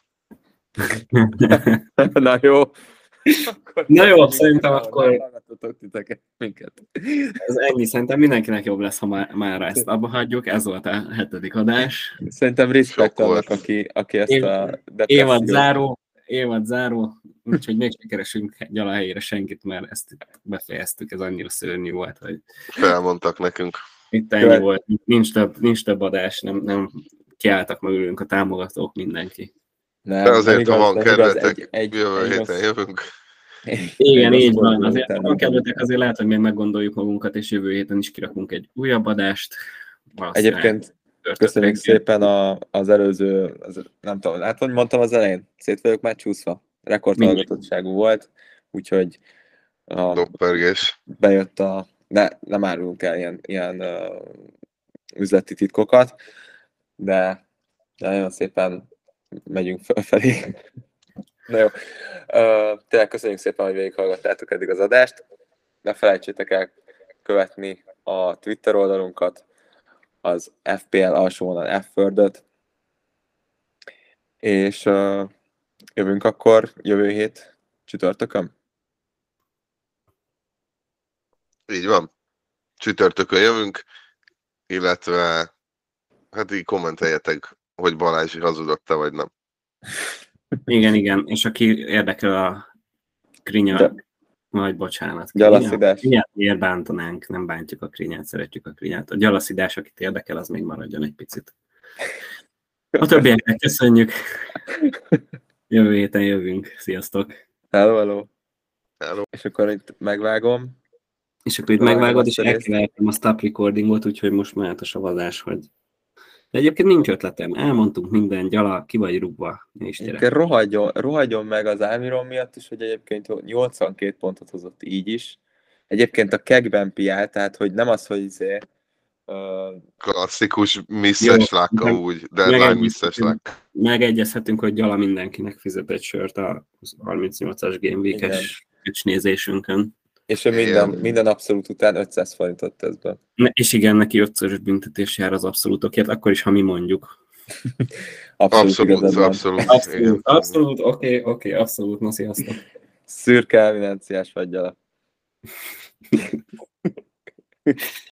Na jó. Akkor Na jó, szerintem akkor hallgatotok titeket, minket. ez ennyi. Szerintem mindenkinek jobb lesz, ha már, már ezt abba hagyjuk. Ez volt a hetedik adás. Szerintem respekt Sok annak, volt. aki, aki ezt Év- a Évad záró, évad záró, úgyhogy még sem keresünk Gyala helyére senkit, mert ezt itt befejeztük, ez annyira szörnyű volt, hogy Felmondtak nekünk. itt ennyi Követ- volt, nincs több, nincs több adás, nem, nem kiálltak mögülünk a támogatók, mindenki. Nem, De azért, nem igaz, ha van nem igaz, kedvetek, egy- egy- jövő egy héten rossz- jövünk. Igen, egy így rossz van. forduló Azért, után ha van nem kedvetek, azért lehet, hogy még meggondoljuk magunkat, és jövő héten is kirakunk egy újabb adást. Valószínűleg Egyébként csütörtök köszönjük reggel. szépen a, az előző, az, nem tudom, hát hogy mondtam az elején, szét vagyok már csúszva. Rekordhallgatottságú volt, úgyhogy a, Doppergés. bejött a, ne, nem árulunk el ilyen, ilyen uh, üzleti titkokat, de, de nagyon szépen megyünk felfelé. Na jó, uh, tényleg köszönjük szépen, hogy végighallgattátok eddig az adást. Ne felejtsétek el követni a Twitter oldalunkat, az ef pé el alsó vonal F-Wordöt, és uh, jövünk akkor jövő hét csütörtökön. Így van. Csütörtökön jövünk, illetve hát így kommenteljetek, hogy Balázs hazudott-e, vagy nem. Igen, igen, és aki érdekel a krinya, De- majd bocsánat. Gyalaszidás. Krinyát miért bántanánk? Nem bántjuk a krinyát, szeretjük a krinyát. A gyalaszidás, akit érdekel, az még maradjon egy picit. A többieknek köszönjük. Jövő héten jövünk. Sziasztok! Hello, hello. Hello. És akkor itt megvágom. És akkor itt Vágom megvágod, azt és a részt. elkevertem a stop recordingot, úgyhogy most mehet a savazás, hogy... De egyébként nincs ötletem. Elmondtunk minden, Gyala, ki vagy rúgva. Ne is gyere. Egyébként rohadjon, rohadjon meg az Almiron miatt is, hogy egyébként nyolcvankét pontot hozott így is. Egyébként a kegben piál, tehát hogy nem az, hogy izé, uh, Klasszikus misszes Jó, lák meg- amúgy, deadline meg- misszes lák. Megegyezhetünk, hogy Gyala mindenkinek fizet egy sört a harmincnyolcas Game Week-es nézésünkön. és ő minden, Igen. minden abszolút után ötszáz forintot tesz be. Ne, és igen, neki ötszörös büntetés jár az abszolútokért, akkor is, ha mi mondjuk. Abszolút, Abszolút, igazad van. abszolút. igen. Abszolút, abszolút, oké, oké, abszolút, na sziasztok. Szürke evidenciás vagy, Gyala.